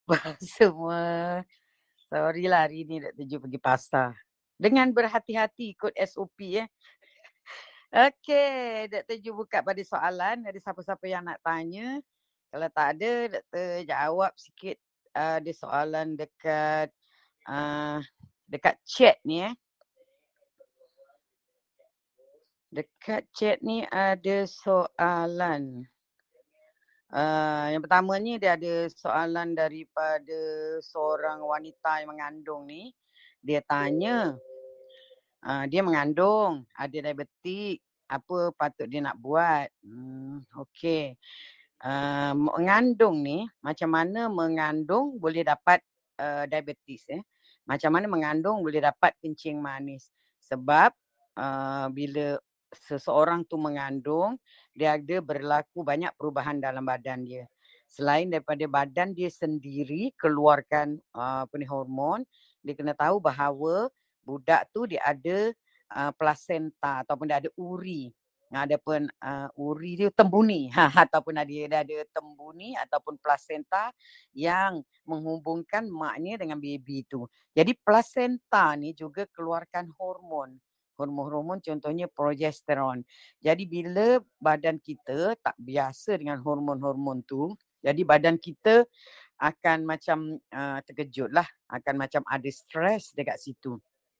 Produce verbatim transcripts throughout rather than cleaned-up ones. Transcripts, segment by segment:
Semua. Sorry lah hari ni Doktor Ju pergi pasar. Dengan berhati-hati ikut S O P eh. Okey, Doktor Ju buka pada soalan. Ada siapa-siapa yang nak tanya? Kalau tak ada, Doktor jawab sikit. Uh, ada soalan dekat uh, dekat chat ni eh. Dekat chat ni ada soalan. Uh, yang pertama ni dia ada soalan daripada seorang wanita yang mengandung ni. Dia tanya, uh, dia mengandung, ada diabetik, apa patut dia nak buat? Hmm, Okey. Uh, mengandung ni, macam mana mengandung boleh dapat uh, diabetes eh? Macam mana mengandung boleh dapat kencing manis? Sebab uh, bila seseorang tu mengandung, dia ada berlaku banyak perubahan dalam badan dia. Selain daripada badan dia sendiri keluarkan uh, apa ni hormon, dia kena tahu bahawa budak tu dia ada uh, placenta ataupun dia ada uri. Ada pun uh, uri dia tembuni ha, ataupun ada dia ada tembuni ataupun placenta yang menghubungkan maknya dengan baby tu. Jadi placenta ni juga keluarkan hormon. Hormon-hormon contohnya progesteron. Jadi bila badan kita tak biasa dengan hormon-hormon tu, jadi badan kita akan macam uh, terkejut lah. Akan macam ada stres dekat situ.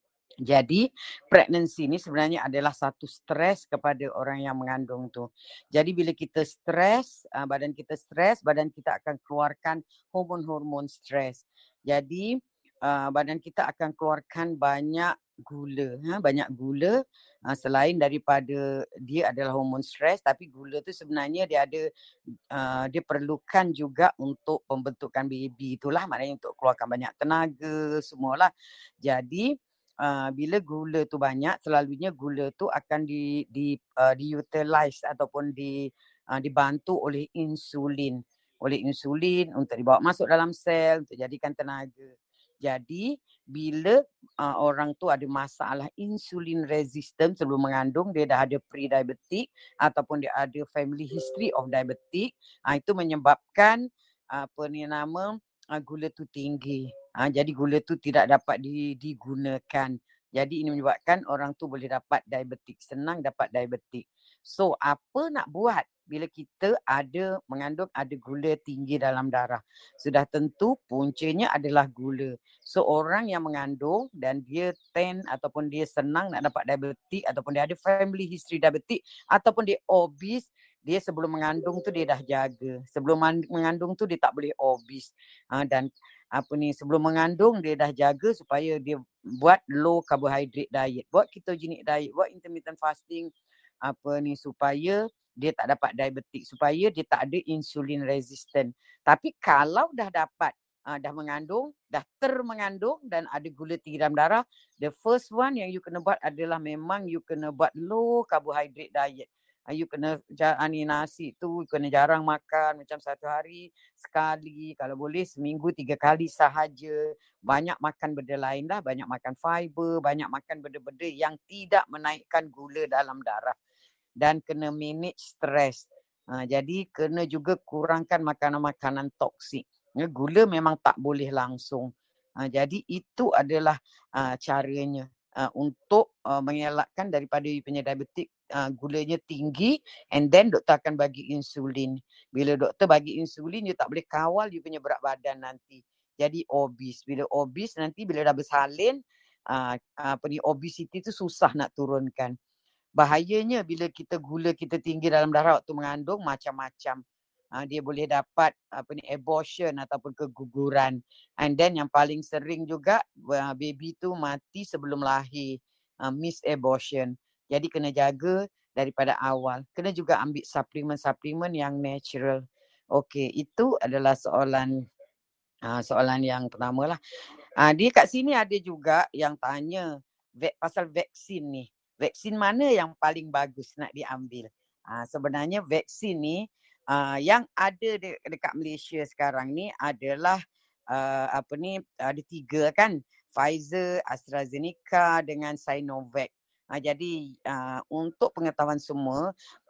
Jadi pregnancy ni sebenarnya adalah satu stres kepada orang yang mengandung tu. Jadi bila kita stres, uh, badan kita stres, badan kita akan keluarkan hormon-hormon stres. Jadi uh, badan kita akan keluarkan banyak gula, ha? banyak gula uh, selain daripada dia adalah hormon stres, tapi gula tu sebenarnya dia ada uh, dia perlukan juga untuk pembentukan baby itulah, maknanya untuk keluarkan banyak tenaga semualah. Jadi Uh, bila gula tu banyak, selalunya gula tu akan di di uh, diutilize ataupun di uh, dibantu oleh insulin, oleh insulin untuk dibawa masuk dalam sel untuk jadikan tenaga. Jadi bila uh, orang tu ada masalah insulin resistant sebelum mengandung, dia dah ada pre-diabetic ataupun dia ada family history of diabetic, uh, itu menyebabkan uh, apa ni nama uh, gula tu tinggi. Ha, jadi gula tu tidak dapat di, digunakan. Jadi ini menyebabkan orang tu boleh dapat diabetik. Senang dapat diabetik. So apa nak buat bila kita ada mengandung ada gula tinggi dalam darah? Sudah tentu puncanya adalah gula. So orang yang mengandung dan dia ten ataupun dia senang nak dapat diabetik ataupun dia ada family history diabetik ataupun dia obese, dia sebelum mengandung tu dia dah jaga. Sebelum mengandung tu dia tak boleh obese. Ha, dan apa ni sebelum mengandung dia dah jaga supaya dia buat low carbohydrate diet, buat ketogenic diet, buat intermittent fasting apa ni supaya dia tak dapat diabetik, supaya dia tak ada insulin resistant. Tapi kalau dah dapat uh, dah mengandung, dah termengandung dan ada gula tinggi dalam darah, the first one yang you kena buat adalah memang you kena buat low carbohydrate diet. You kena ni nasi tu kena jarang makan, macam satu hari sekali, kalau boleh seminggu tiga kali sahaja. Banyak makan benda lain lah, banyak makan fiber, banyak makan benda-benda yang tidak menaikkan gula dalam darah. Dan kena manage stres. Ha, jadi kena juga kurangkan makanan-makanan toksik. Ya, gula memang tak boleh langsung. Ha, jadi itu adalah uh, caranya. Uh, untuk uh, mengelakkan daripada you punya diabetik uh, gulanya tinggi, and then doktor akan bagi insulin. Bila doktor bagi insulin, you tak boleh kawal you punya berat badan nanti. Jadi obese. Bila obese nanti bila dah bersalin, uh, apa ni obesity tu susah nak turunkan. Bahayanya bila kita gula kita tinggi dalam darah waktu mengandung macam-macam. Uh, dia boleh dapat apa ni abortion ataupun keguguran. And then yang paling sering juga uh, baby tu mati sebelum lahir, uh, miss abortion. Jadi kena jaga daripada awal. Kena juga ambil suplemen-suplemen yang natural. Okey, itu adalah soalan uh, soalan yang pertama lah. Uh, dia kat sini ada juga yang tanya ve- pasal vaksin ni. Vaksin mana yang paling bagus nak diambil? Uh, sebenarnya vaksin ni uh, yang ada de- dekat Malaysia sekarang ni adalah uh, apa ni ada tiga kan, Pfizer, AstraZeneca dengan Sinovac. Uh, jadi uh, untuk pengetahuan semua,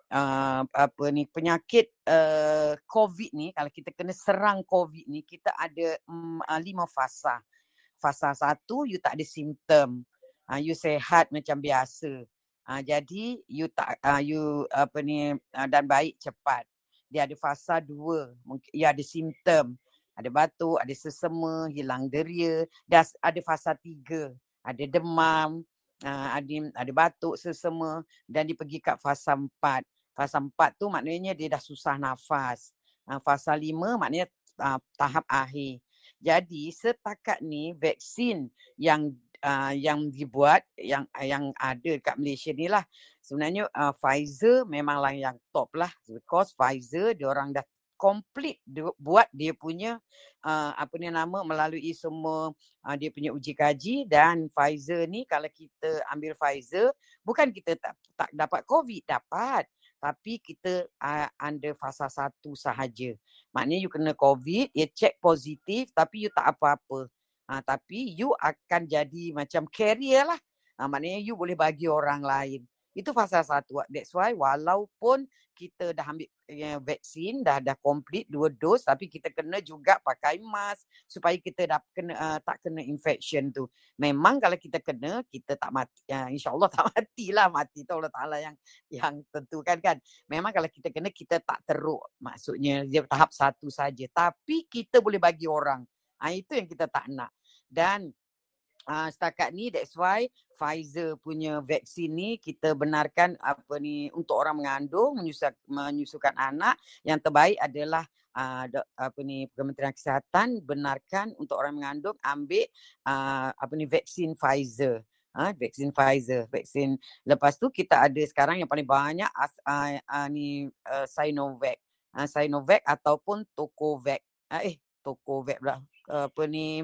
uh, apa ni penyakit uh, COVID ni, kalau kita kena serang COVID ni, kita ada um, uh, lima fasa. Fasa satu, you tak ada simptom. Uh, you sehat macam biasa. Uh, jadi you tak uh, you apa ni uh, dan baik cepat. Dia ada fasa dua, mungkin ya ada simptom. Ada batuk, ada sesama, hilang deria. Dan ada fasa tiga, ada demam, uh, ada ada batuk, sesama, dan dia pergi kat fasa empat. Fasa empat tu maknanya dia dah susah nafas. Uh, fasa lima maknanya uh, tahap akhir. Jadi setakat ni vaksin yang uh, yang dibuat yang yang ada dekat Malaysia ni lah, sebenarnya uh, Pfizer memanglah yang top lah, because Pfizer dia orang dah complete dia, buat dia punya uh, apa ni nama melalui semua uh, dia punya uji kaji. Dan Pfizer ni kalau kita ambil Pfizer, bukan kita tak tak dapat COVID, dapat, tapi kita uh, under fasa satu sahaja. Maknanya you kena COVID, dia check positif tapi you tak apa-apa. Ha, tapi you akan jadi macam carrier lah. Ha, maknanya you boleh bagi orang lain. Itu fasa satu. That's why walaupun kita dah ambil uh, vaksin, dah dah complete dua dos, tapi kita kena juga pakai mask supaya kita dah kena, uh, tak kena infection tu. Memang kalau kita kena, kita tak mati. Uh, InsyaAllah tak matilah. Mati tu Allah Ta'ala yang, yang tentukan kan. Memang kalau kita kena, kita tak teruk. Maksudnya dia tahap satu saja. Tapi kita boleh bagi orang. Ha, itu yang kita tak nak. Dan uh, setakat ni, that's why Pfizer punya vaksin ni kita benarkan apa ni untuk orang mengandung, menyusul, menyusukan anak. Yang terbaik adalah uh, apa ni Kementerian Kesihatan benarkan untuk orang mengandung ambil uh, apa ni vaksin Pfizer. Ha, vaksin Pfizer, vaksin. Lepas tu kita ada sekarang yang paling banyak as, uh, uh, ni uh, Sinovac. Uh, Sinovac ataupun Tokovac. Uh, eh, Tokovac pula. Uh, apa ni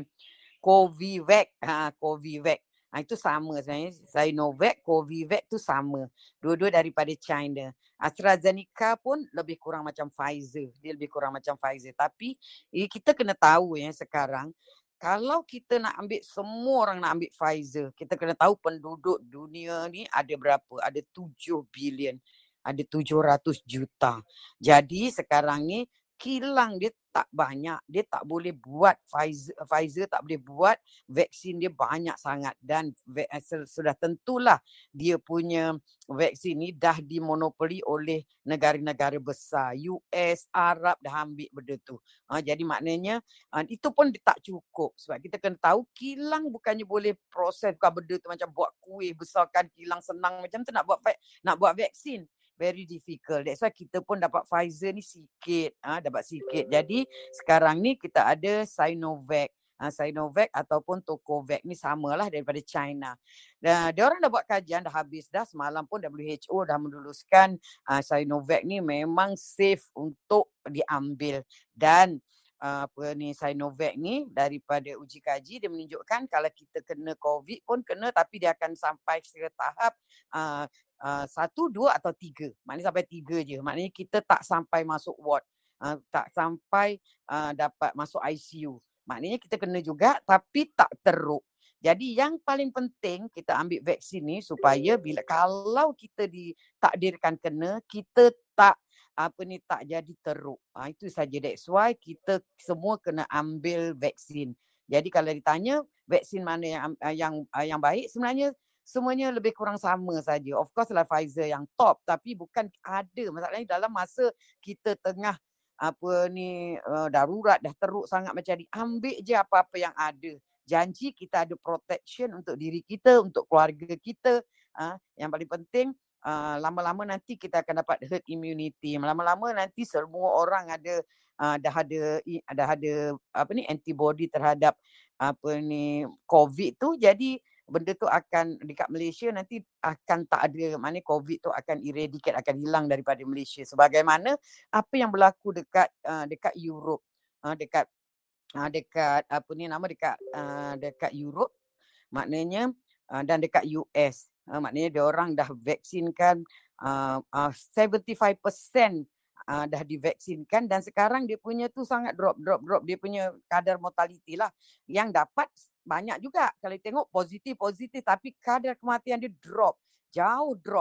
Covivac. Ha, Covivac. Ha, itu sama sebenarnya. Sinovac, Covivac tu sama. Dua-dua daripada China. AstraZeneca pun lebih kurang macam Pfizer. Dia lebih kurang macam Pfizer. Tapi eh, kita kena tahu ya sekarang, kalau kita nak ambil, semua orang nak ambil Pfizer, kita kena tahu penduduk dunia ni ada berapa? Ada tujuh bilion. Ada tujuh ratus juta. Jadi sekarang ni kilang dia tak banyak. Dia tak boleh buat Pfizer, Pfizer tak boleh buat vaksin dia banyak sangat. Dan sudah tentulah dia punya vaksin ni dah dimonopoli oleh negara-negara besar. U S, Arab dah ambil benda tu. Ha, jadi maknanya ha, itu pun tak cukup. Sebab kita kena tahu kilang bukannya boleh proses bukan benda tu macam buat kuih besarkan kilang senang macam tu nak buat nak buat vaksin. Very difficult. That's why kita pun dapat Pfizer ni sikit. Ha, dapat sikit. Jadi sekarang ni kita ada Sinovac. Ha, Sinovac ataupun Tokovac ni samalah daripada China. Dan dia orang dah buat kajian, dah habis dah. Semalam pun W H O dah meluluskan uh, Sinovac ni memang safe untuk diambil. Dan uh, apa ni Sinovac ni daripada uji kaji dia menunjukkan kalau kita kena COVID pun kena, tapi dia akan sampai ke tahap uh, Uh, satu, dua atau tiga. Maknanya sampai tiga je. Maknanya kita tak sampai masuk ward. Uh, tak sampai uh, dapat masuk I C U. Maknanya kita kena juga tapi tak teruk. Jadi yang paling penting kita ambil vaksin ni supaya bila kalau kita ditakdirkan kena, kita tak apa ni tak jadi teruk. Uh, itu saja. That's why kita semua kena ambil vaksin. Jadi kalau ditanya vaksin mana yang uh, yang uh, yang baik, sebenarnya semuanya lebih kurang sama saja. Of course lah Pfizer yang top, tapi bukan ada. Masalahnya dalam masa kita tengah apa ni uh, darurat, dah teruk sangat macam ni, ambil je apa-apa yang ada. Janji kita ada protection untuk diri kita, untuk keluarga kita. Uh, yang paling penting, uh, lama-lama nanti kita akan dapat herd immunity. Lama-lama nanti semua orang ada uh, dah ada dah ada apa ni antibody terhadap apa ni COVID tu. Jadi benda tu akan dekat Malaysia nanti akan tak ada, maknanya COVID tu akan eradicate, akan hilang daripada Malaysia. Sebagaimana apa yang berlaku dekat uh, dekat Europe, uh, dekat uh, dekat apa ni nama dekat uh, dekat Europe, maknanya uh, dan dekat U S. Uh, maknanya dia orang dah vaksinkan uh, uh, seventy-five percent uh, dah divaksinkan, dan sekarang dia punya tu sangat drop drop drop dia punya kadar mortality lah. Yang dapat banyak juga kalau tengok positif-positif, tapi kadar kematian dia drop, jauh drop.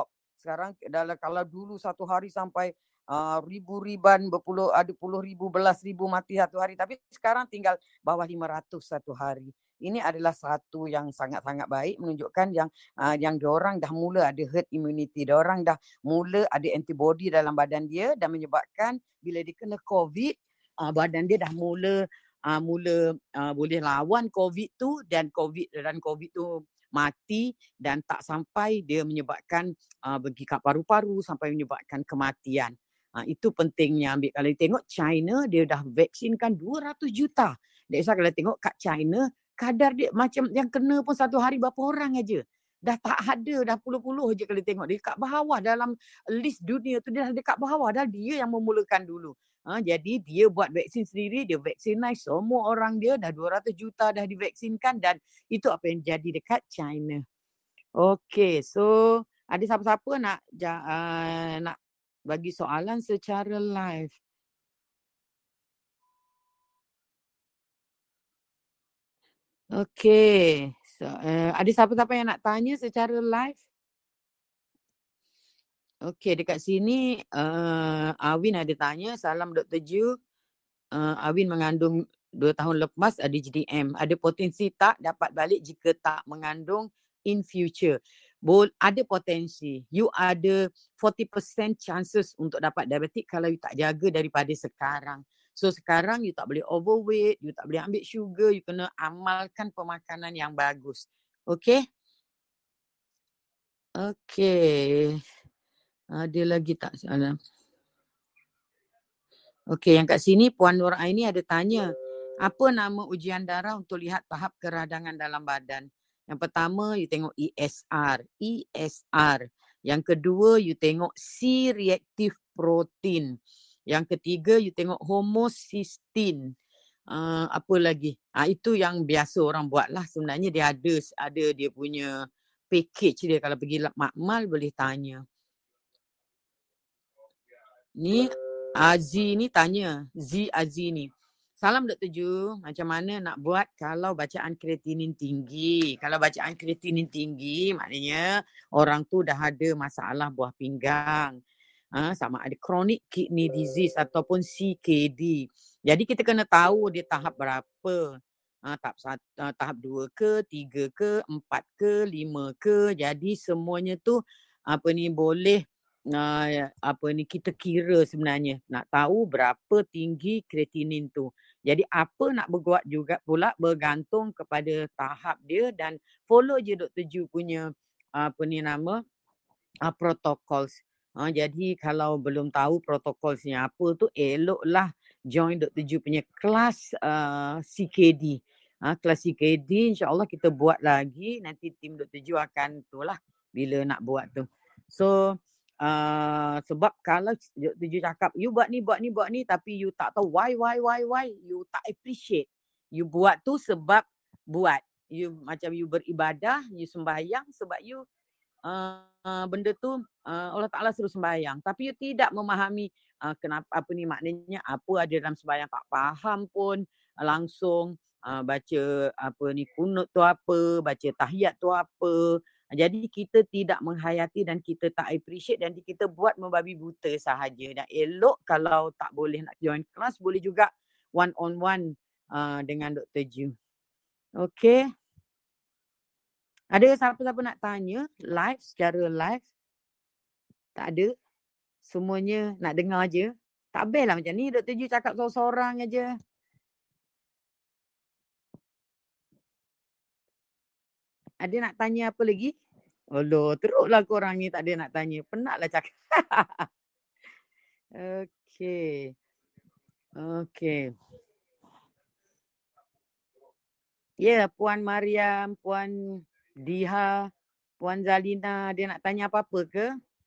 Sekarang dalam kalau dulu satu hari sampai uh, ribu-riban, berpuluh, ada puluh ribu, belas ribu mati satu hari. Tapi sekarang tinggal bawah lima ratus satu hari. Ini adalah satu yang sangat-sangat baik, menunjukkan yang uh, yang diorang dah mula ada herd immunity. Diorang dah mula ada antibody dalam badan dia dan menyebabkan bila dia kena COVID, uh, badan dia dah mula uh, mula uh, boleh lawan COVID tu, dan COVID dan COVID tu mati dan tak sampai dia menyebabkan uh, pergi kat paru-paru sampai menyebabkan kematian. Uh, itu pentingnya ambil. Kalau tengok China, dia dah vaksinkan dua ratus juta. That's why kalau tengok kat China, kadar dia macam yang kena pun satu hari berapa orang aja. Dah tak ada, dah puluh-puluh je kalau tengok. Dia kat bawah dalam list dunia tu, dia dah dekat bawah. Dah dia yang memulakan dulu. Ha, jadi dia buat vaksin sendiri, dia vaksinasi semua orang dia, dah dua ratus juta dah divaksinkan, dan itu apa yang jadi dekat China. Okay, so ada siapa-siapa nak uh, nak bagi soalan secara live? Okay, so, uh, ada siapa-siapa yang nak tanya secara live? Okay, dekat sini uh, Awin ada tanya, salam Doktor Ju. Uh, Awin mengandung dua tahun lepas ada G D M. Ada potensi tak dapat balik jika tak mengandung in future? Bol, ada potensi. You ada forty percent chances untuk dapat diabetik kalau you tak jaga daripada sekarang. So sekarang you tak boleh overweight, you tak boleh ambil sugar, you kena amalkan pemakanan yang bagus. Okay? Okay. Ada lagi tak soalan? Okey, yang kat sini Puan Nur Aini ada tanya, apa nama ujian darah untuk lihat tahap keradangan dalam badan? Yang pertama, you tengok E S R. E S R. Yang kedua, you tengok C-reactive protein. Yang ketiga, you tengok homocysteine. Uh, apa lagi? Ah, itu yang biasa orang buat lah. Sebenarnya dia ada ada dia punya package dia. Kalau pergi makmal boleh tanya. Ni Azi ni tanya, Z Azi ni. Salam Doktor Ju, macam mana nak buat kalau bacaan kreatinin tinggi? Kalau bacaan kreatinin tinggi, maknanya orang tu dah ada masalah buah pinggang. Ha, sama ada chronic kidney disease ataupun C K D. Jadi kita kena tahu dia tahap berapa. Ha, tahap satu, tahap dua ke, tiga ke, empat ke, lima ke. Jadi semuanya tu apa ni boleh Uh, apa ni kita kira sebenarnya, nak tahu berapa tinggi kreatinin tu. Jadi apa nak berbuat juga pula bergantung kepada tahap dia, dan follow je Doktor Ju punya apa ni nama uh, protocols. Uh, jadi kalau belum tahu protokolsnya apa tu, eloklah join Doktor Ju punya kelas uh, C K D. Uh, kelas C K D insya-Allah kita buat lagi, nanti tim Doktor Ju akan itulah bila nak buat tu. So Uh, sebab kalau Doktor Ju cakap you buat ni, buat ni, buat ni, tapi you tak tahu why, why, why, why, you tak appreciate. You buat tu sebab buat. You macam you beribadah, you sembahyang sebab you uh, uh, benda tu uh, Allah Ta'ala suruh sembahyang. Tapi you tidak memahami uh, kenapa, apa ni maknanya, apa ada dalam sembahyang, tak faham pun uh, langsung uh, baca apa ni kunut tu apa, baca tahiyat tu apa. Jadi kita tidak menghayati dan kita tak appreciate, dan kita buat membabi buta sahaja. Dan elok kalau tak boleh nak join kelas, boleh juga one on one uh, dengan Doktor Ju. Okay. Ada siapa-siapa nak tanya live, secara live? Tak ada. Semuanya nak dengar je. Tak best lah macam ni, Doktor Ju cakap seorang-seorang aja. Ada nak tanya apa lagi? Allah, teruklah korang ni tak ada nak tanya. Penatlah cakap. Okey. Okey. Ya, yeah, Puan Mariam, Puan Diha, Puan Zalina, dia nak tanya apa-apa ke?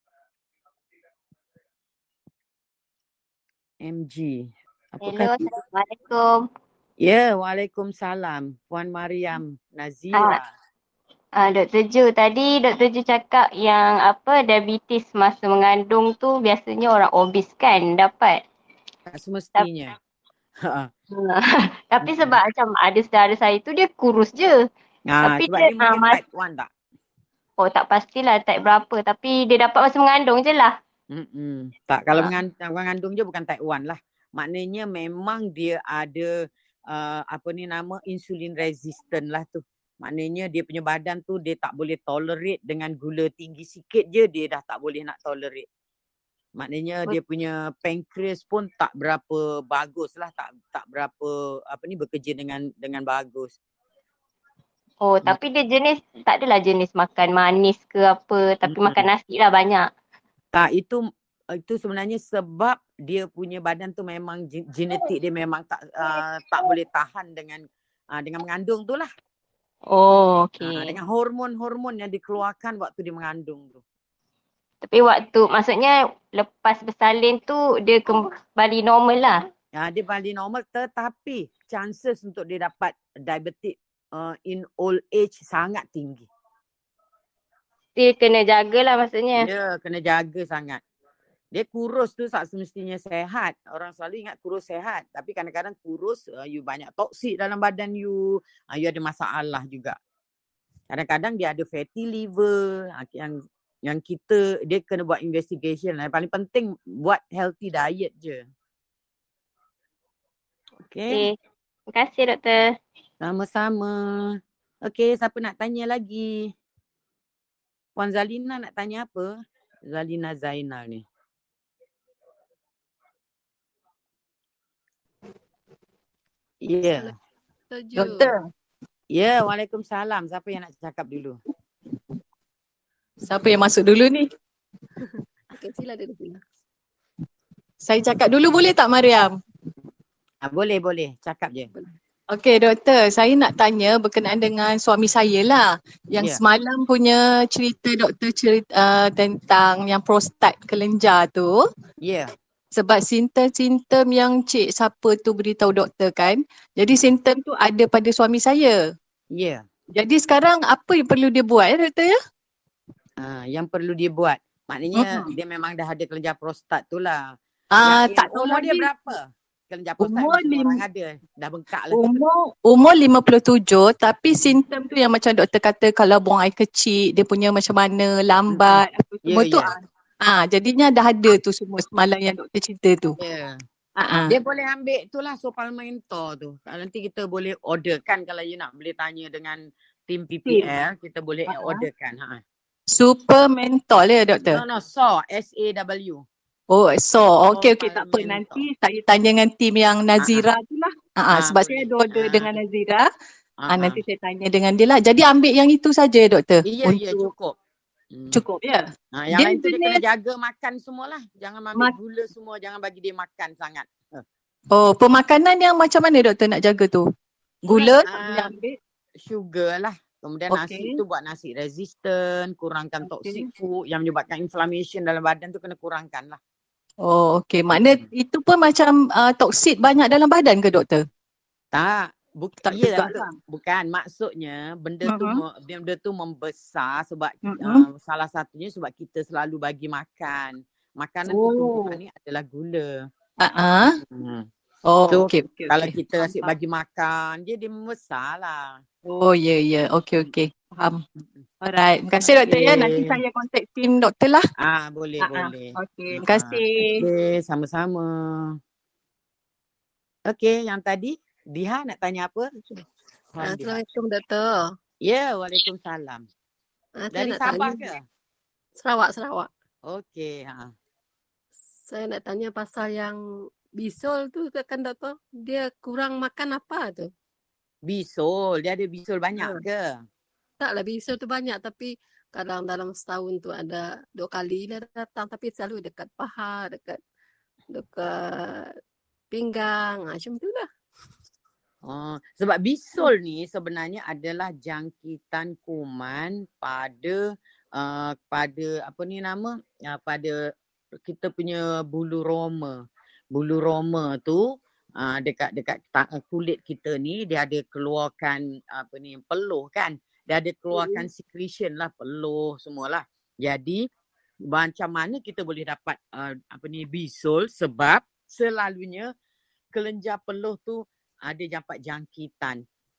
M G. Apakah Hello, Assalamualaikum. Ya, yeah, Waalaikumsalam. Puan Mariam Nazira. Ah. Uh, Doktor Ju, tadi Doktor Ju cakap yang apa diabetes masa mengandung tu biasanya orang obes kan dapat? Tak semestinya. Tapi, tapi sebab macam ada saudara saya tu dia kurus je. Ah, tapi sebab dia, dia mungkin uh, type one tak? Oh tak pastilah type berapa tapi dia dapat masa mengandung je lah. Mm-mm. Tak, kalau Ha. mengandung, mengandung je bukan type one lah. Maknanya memang dia ada uh, apa ni nama insulin resistant lah tu. Maknanya dia punya badan tu dia tak boleh tolerate dengan gula tinggi sikit je dia dah tak boleh nak tolerate. Maknanya dia punya pankreas pun tak berapa bagus lah, tak tak berapa apa ni bekerja dengan dengan bagus. Oh tapi dia jenis, tak adalah jenis makan manis ke apa tapi Mm-mm. makan nasi lah banyak. Tak, itu itu sebenarnya sebab dia punya badan tu memang genetik dia memang tak uh, tak boleh tahan dengan uh, dengan mengandung tu lah. Oh Uh, okey. dengan hormon-hormon yang dikeluarkan waktu dia mengandung tu. Tapi waktu maksudnya lepas bersalin tu dia kembali normal lah. Uh, dia balik normal tetapi chances untuk dia dapat diabetic uh, in old age sangat tinggi. Dia kena jagalah maksudnya. Ya, yeah, kena jaga sangat. Dia kurus tu tak semestinya sehat. Orang selalu ingat kurus sehat. Tapi kadang-kadang kurus, uh, you banyak toksik dalam badan you. Uh, you ada masalah juga. Kadang-kadang dia ada fatty liver. Uh, yang yang kita, dia kena buat investigation. Yang paling penting, buat healthy diet je. Okay. Okay. Terima kasih doktor. Sama-sama. Okay, siapa nak tanya lagi? Puan Zalina nak tanya apa? Zalina Zainal ni. Ya. Yeah. Doktor. Ya, yeah, Waalaikumsalam. Siapa yang nak cakap dulu? Siapa yang masuk dulu ni? Okay, sila dulu sila. Saya cakap dulu boleh tak Mariam? Ah, boleh, boleh. Cakap je. Okey doktor, saya nak tanya berkenaan dengan suami saya lah. Yang Yeah. semalam punya cerita doktor cerita uh, tentang yang prostat kelenjar tu. Ya. Yeah. Sebab simptom-simptom yang cik siapa tu beritahu doktor kan. Jadi simptom tu ada pada suami saya. Ya. Yeah. Jadi sekarang apa yang perlu dia buat ya doktor ya? Ah, yang perlu dia buat. Maknanya Mm-hmm. dia memang dah ada kelenjar prostat tu lah. Ah, yang, tak yang tahu umur lagi. dia berapa? Kelenjar prostat Umur semua lim- orang ada. Dah bengkak lah. Umur umur lima puluh tujuh tapi simptom tu yang macam doktor kata kalau buang air kecil dia punya macam mana lambat apa semua Ya, tu ya. ah ah, jadinya dah ada tu semua semalam yang doktor cerita tu. Ya. Ah ah. Dia boleh ambil tu lah Sopalmentor tu. Nanti kita boleh orderkan kalau you nak boleh tanya dengan tim P P L, kita boleh Ah, ah. orderkan. Ha. Super mentol ya doktor. No, no, S A W, S A W. Oh so okey okey tak apa Sopalmentor. nanti saya tanya dengan tim yang Nazira tu lah. Ah, ah. Ah, sebab boleh. saya ada order Ah. dengan Nazira. Ah, Ah, nanti saya tanya dengan dia lah. Jadi ambil yang itu saja doktor. Ya, ya, Untuk cukup. Hmm. cukup ya. Ha, yang Dia lain tu dia jenis- kena jaga makan semualah. Jangan ambil Mak- gula semua, jangan bagi dia makan sangat. Oh, pemakanan yang macam mana doktor nak jaga tu? Gula tak boleh Ah, ambil? sugar lah. Kemudian Okey. nasi tu buat nasi resistant, kurangkan Okey. toxic food yang menyebabkan inflammation dalam badan tu kena kurangkan lah. Oh, okey. Makna itu pun macam uh, toksit banyak dalam badan ke doktor? Tak, buk- Tak ya, juga betul. lah. Bukan, maksudnya benda tu Mhm. me- benda tu membesar sebab Mhm. uh, salah satunya sebab kita selalu bagi makan. Makanan Oh. pertumbuhan ni adalah gula. Ah, ah. Hmm. Oh, So, okey okey. Kalau okey. kita Faham, asyik faham. bagi makan, dia dia membesar lah. Oh, ya ya. Okey okey. Faham. Alright. Terima kasih doktor ya. Okey. Nanti saya kontak tim doktor lah. Ah, boleh, Ah, ah. boleh. Okey. Terima Ah, kasih. Okey, sama-sama. Okey, yang tadi Diha nak tanya apa? Puan Diha. Assalamualaikum doktor. Ya, Waalaikumsalam. Ah, saya Dari nak Sabah tanya. ke? Sarawak, Sarawak. Okey, ha. Saya nak tanya pasal yang bisul tu kan doktor. Dia kurang makan apa tu? Bisul, dia ada bisul banyak Ha. ke? Taklah bisul tu banyak tapi kadang dalam setahun tu ada dua kali lah datang tapi selalu dekat paha, dekat dekat pinggang, ah, macam tu lah. Oh, sebab bisul ni sebenarnya adalah jangkitan kuman pada uh, pada apa ni nama? Uh, pada kita punya bulu roma. Bulu roma tu uh, dekat dekat ta- kulit kita ni dia ada keluarkan apa ni peluh kan. Dia ada keluarkan secretion lah, peluh semualah. Jadi macam mana kita boleh dapat uh, apa ni bisul sebab selalunya kelenjar peluh tu ada dapat jangkitan.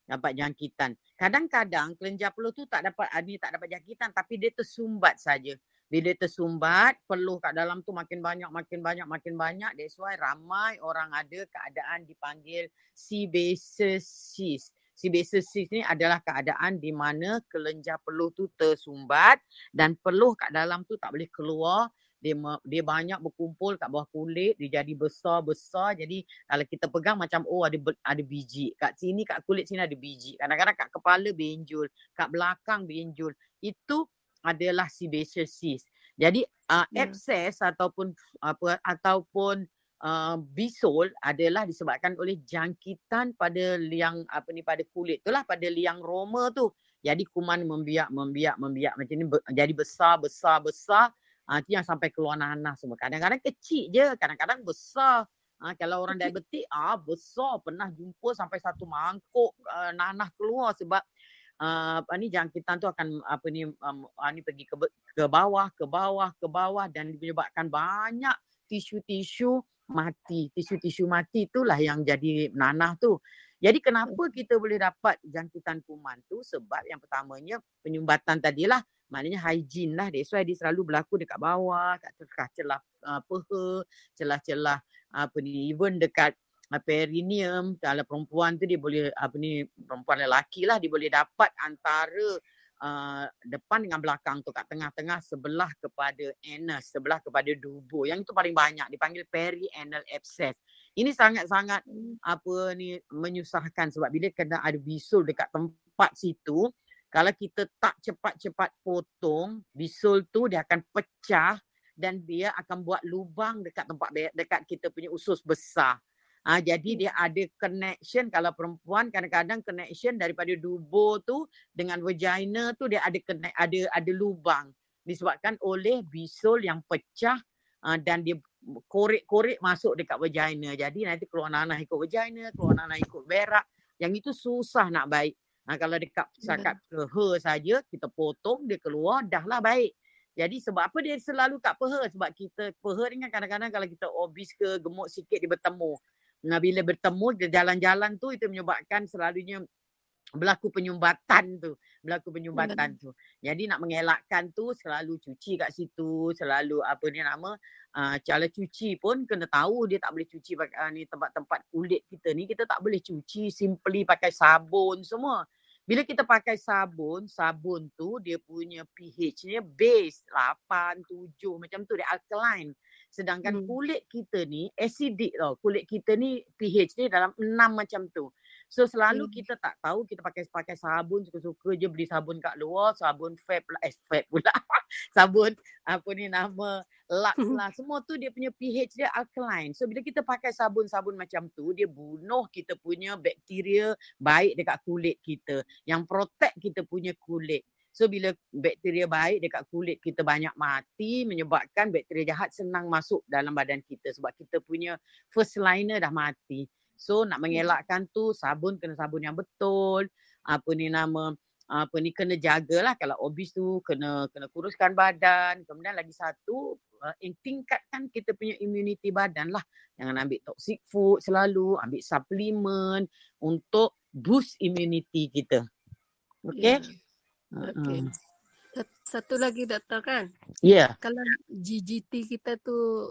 dapat jangkitan. Kadang-kadang kelenjar peluh tu tak dapat ni tak dapat jangkitan tapi dia tersumbat saja. Bila tersumbat, peluh kat dalam tu makin banyak, makin banyak, makin banyak. That's why ramai orang ada keadaan dipanggil sebaceous cyst. Sebaceous cyst ni adalah keadaan di mana kelenjar peluh tu tersumbat dan peluh kat dalam tu tak boleh keluar. Dia dia banyak berkumpul kat bawah kulit, dia jadi besar-besar. Jadi kalau kita pegang macam oh ada ada biji. Kat sini, kat kulit sini ada biji. Kadang-kadang kat kepala benjol, kat belakang benjol. Itu adalah sebaceous cyst. Jadi uh, Ya. abscess ataupun apa ataupun uh, bisul adalah disebabkan oleh jangkitan pada liang apa ni pada kulit. Itulah pada liang roma tu. Jadi kuman membiak membiak membiak macam ni ber, jadi besar besar besar. Ah, itu yang sampai keluar nanah semua. Kadang-kadang kecil je, kadang-kadang besar. Ah, kalau orang diabetik, ah besar. Pernah jumpa sampai satu mangkuk uh, nanah keluar sebab uh, apa ni jangkitan tu akan apa ni um, uh, ni pergi ke, ke bawah, ke bawah, ke bawah dan menyebabkan banyak tisu-tisu mati. Tisu-tisu mati itulah yang jadi nanah tu. Jadi kenapa kita boleh dapat jangkitan kuman tu? Sebab yang pertamanya penyumbatan tadilah. Maknanya hygiene lah. That's why dia selalu berlaku dekat bawah, kat celah-celah uh, peha, celah-celah apa ni, even dekat uh, perineum. Kalau perempuan tu dia boleh, apa ni, perempuan lelaki lah, dia boleh dapat antara uh, depan dengan belakang tu, kat tengah-tengah sebelah kepada anus, sebelah kepada dubur. Yang itu paling banyak, dipanggil perianal abscess. Ini sangat-sangat apa ni menyusahkan sebab bila kena ada bisul dekat tempat situ, kalau kita tak cepat-cepat potong, bisul tu dia akan pecah dan dia akan buat lubang dekat tempat dekat kita punya usus besar. Ha, jadi dia ada connection, kalau perempuan kadang-kadang connection daripada dubur tu dengan vagina tu dia ada connect, ada ada lubang disebabkan oleh bisul yang pecah uh, dan dia korek-korek masuk dekat vagina. Jadi nanti keluar nanah ikut vagina, keluar nanah ikut berak. Yang itu susah nak baik. Ha, kalau dekat dekat peha saja kita potong dia keluar dah lah baik. Jadi sebab apa dia selalu kat peha? Sebab kita peha ni kan kadang-kadang kalau kita obes ke gemuk sikit dia bertemu. Nah bila bertemu dia jalan-jalan tu itu menyebabkan selalunya berlaku penyumbatan tu, berlaku penyumbatan tu. Jadi nak mengelakkan tu selalu cuci kat situ, selalu apa ni nama uh, cara cuci pun kena tahu dia tak boleh cuci pakai uh, ni tempat-tempat kulit kita ni kita tak boleh cuci simply pakai sabun semua. Bila kita pakai sabun, sabun tu dia punya pH-nya base lapan, tujuh macam tu dia alkaline. Sedangkan hmm. kulit kita ni acidic tau. Kulit kita ni pH ni dalam enam macam tu. So selalu hmm. kita tak tahu kita pakai pakai sabun suka-suka je beli sabun kat luar, sabun Fab lah, eh Fab pula. Sabun apa ni nama Lux lah. Semua tu dia punya pH dia alkaline. So bila kita pakai sabun-sabun macam tu, dia bunuh kita punya bakteria baik dekat kulit kita. Yang protect kita punya kulit. So bila bakteria baik dekat kulit kita banyak mati, menyebabkan bakteria jahat senang masuk dalam badan kita. Sebab kita punya first liner dah mati. So nak mengelakkan tu sabun kena sabun yang betul. Apa ni nama apa ni kena jagalah kalau obes tu kena kena kuruskan badan. Kemudian lagi satu uh, tingkatkan kita punya immunity badan lah. Jangan ambil toxic food selalu, ambil suplemen untuk boost immunity kita. Okay? Yeah. Okay. Uh-uh. Satu lagi doktor kan? Ya. Yeah. Kalau G G T kita tu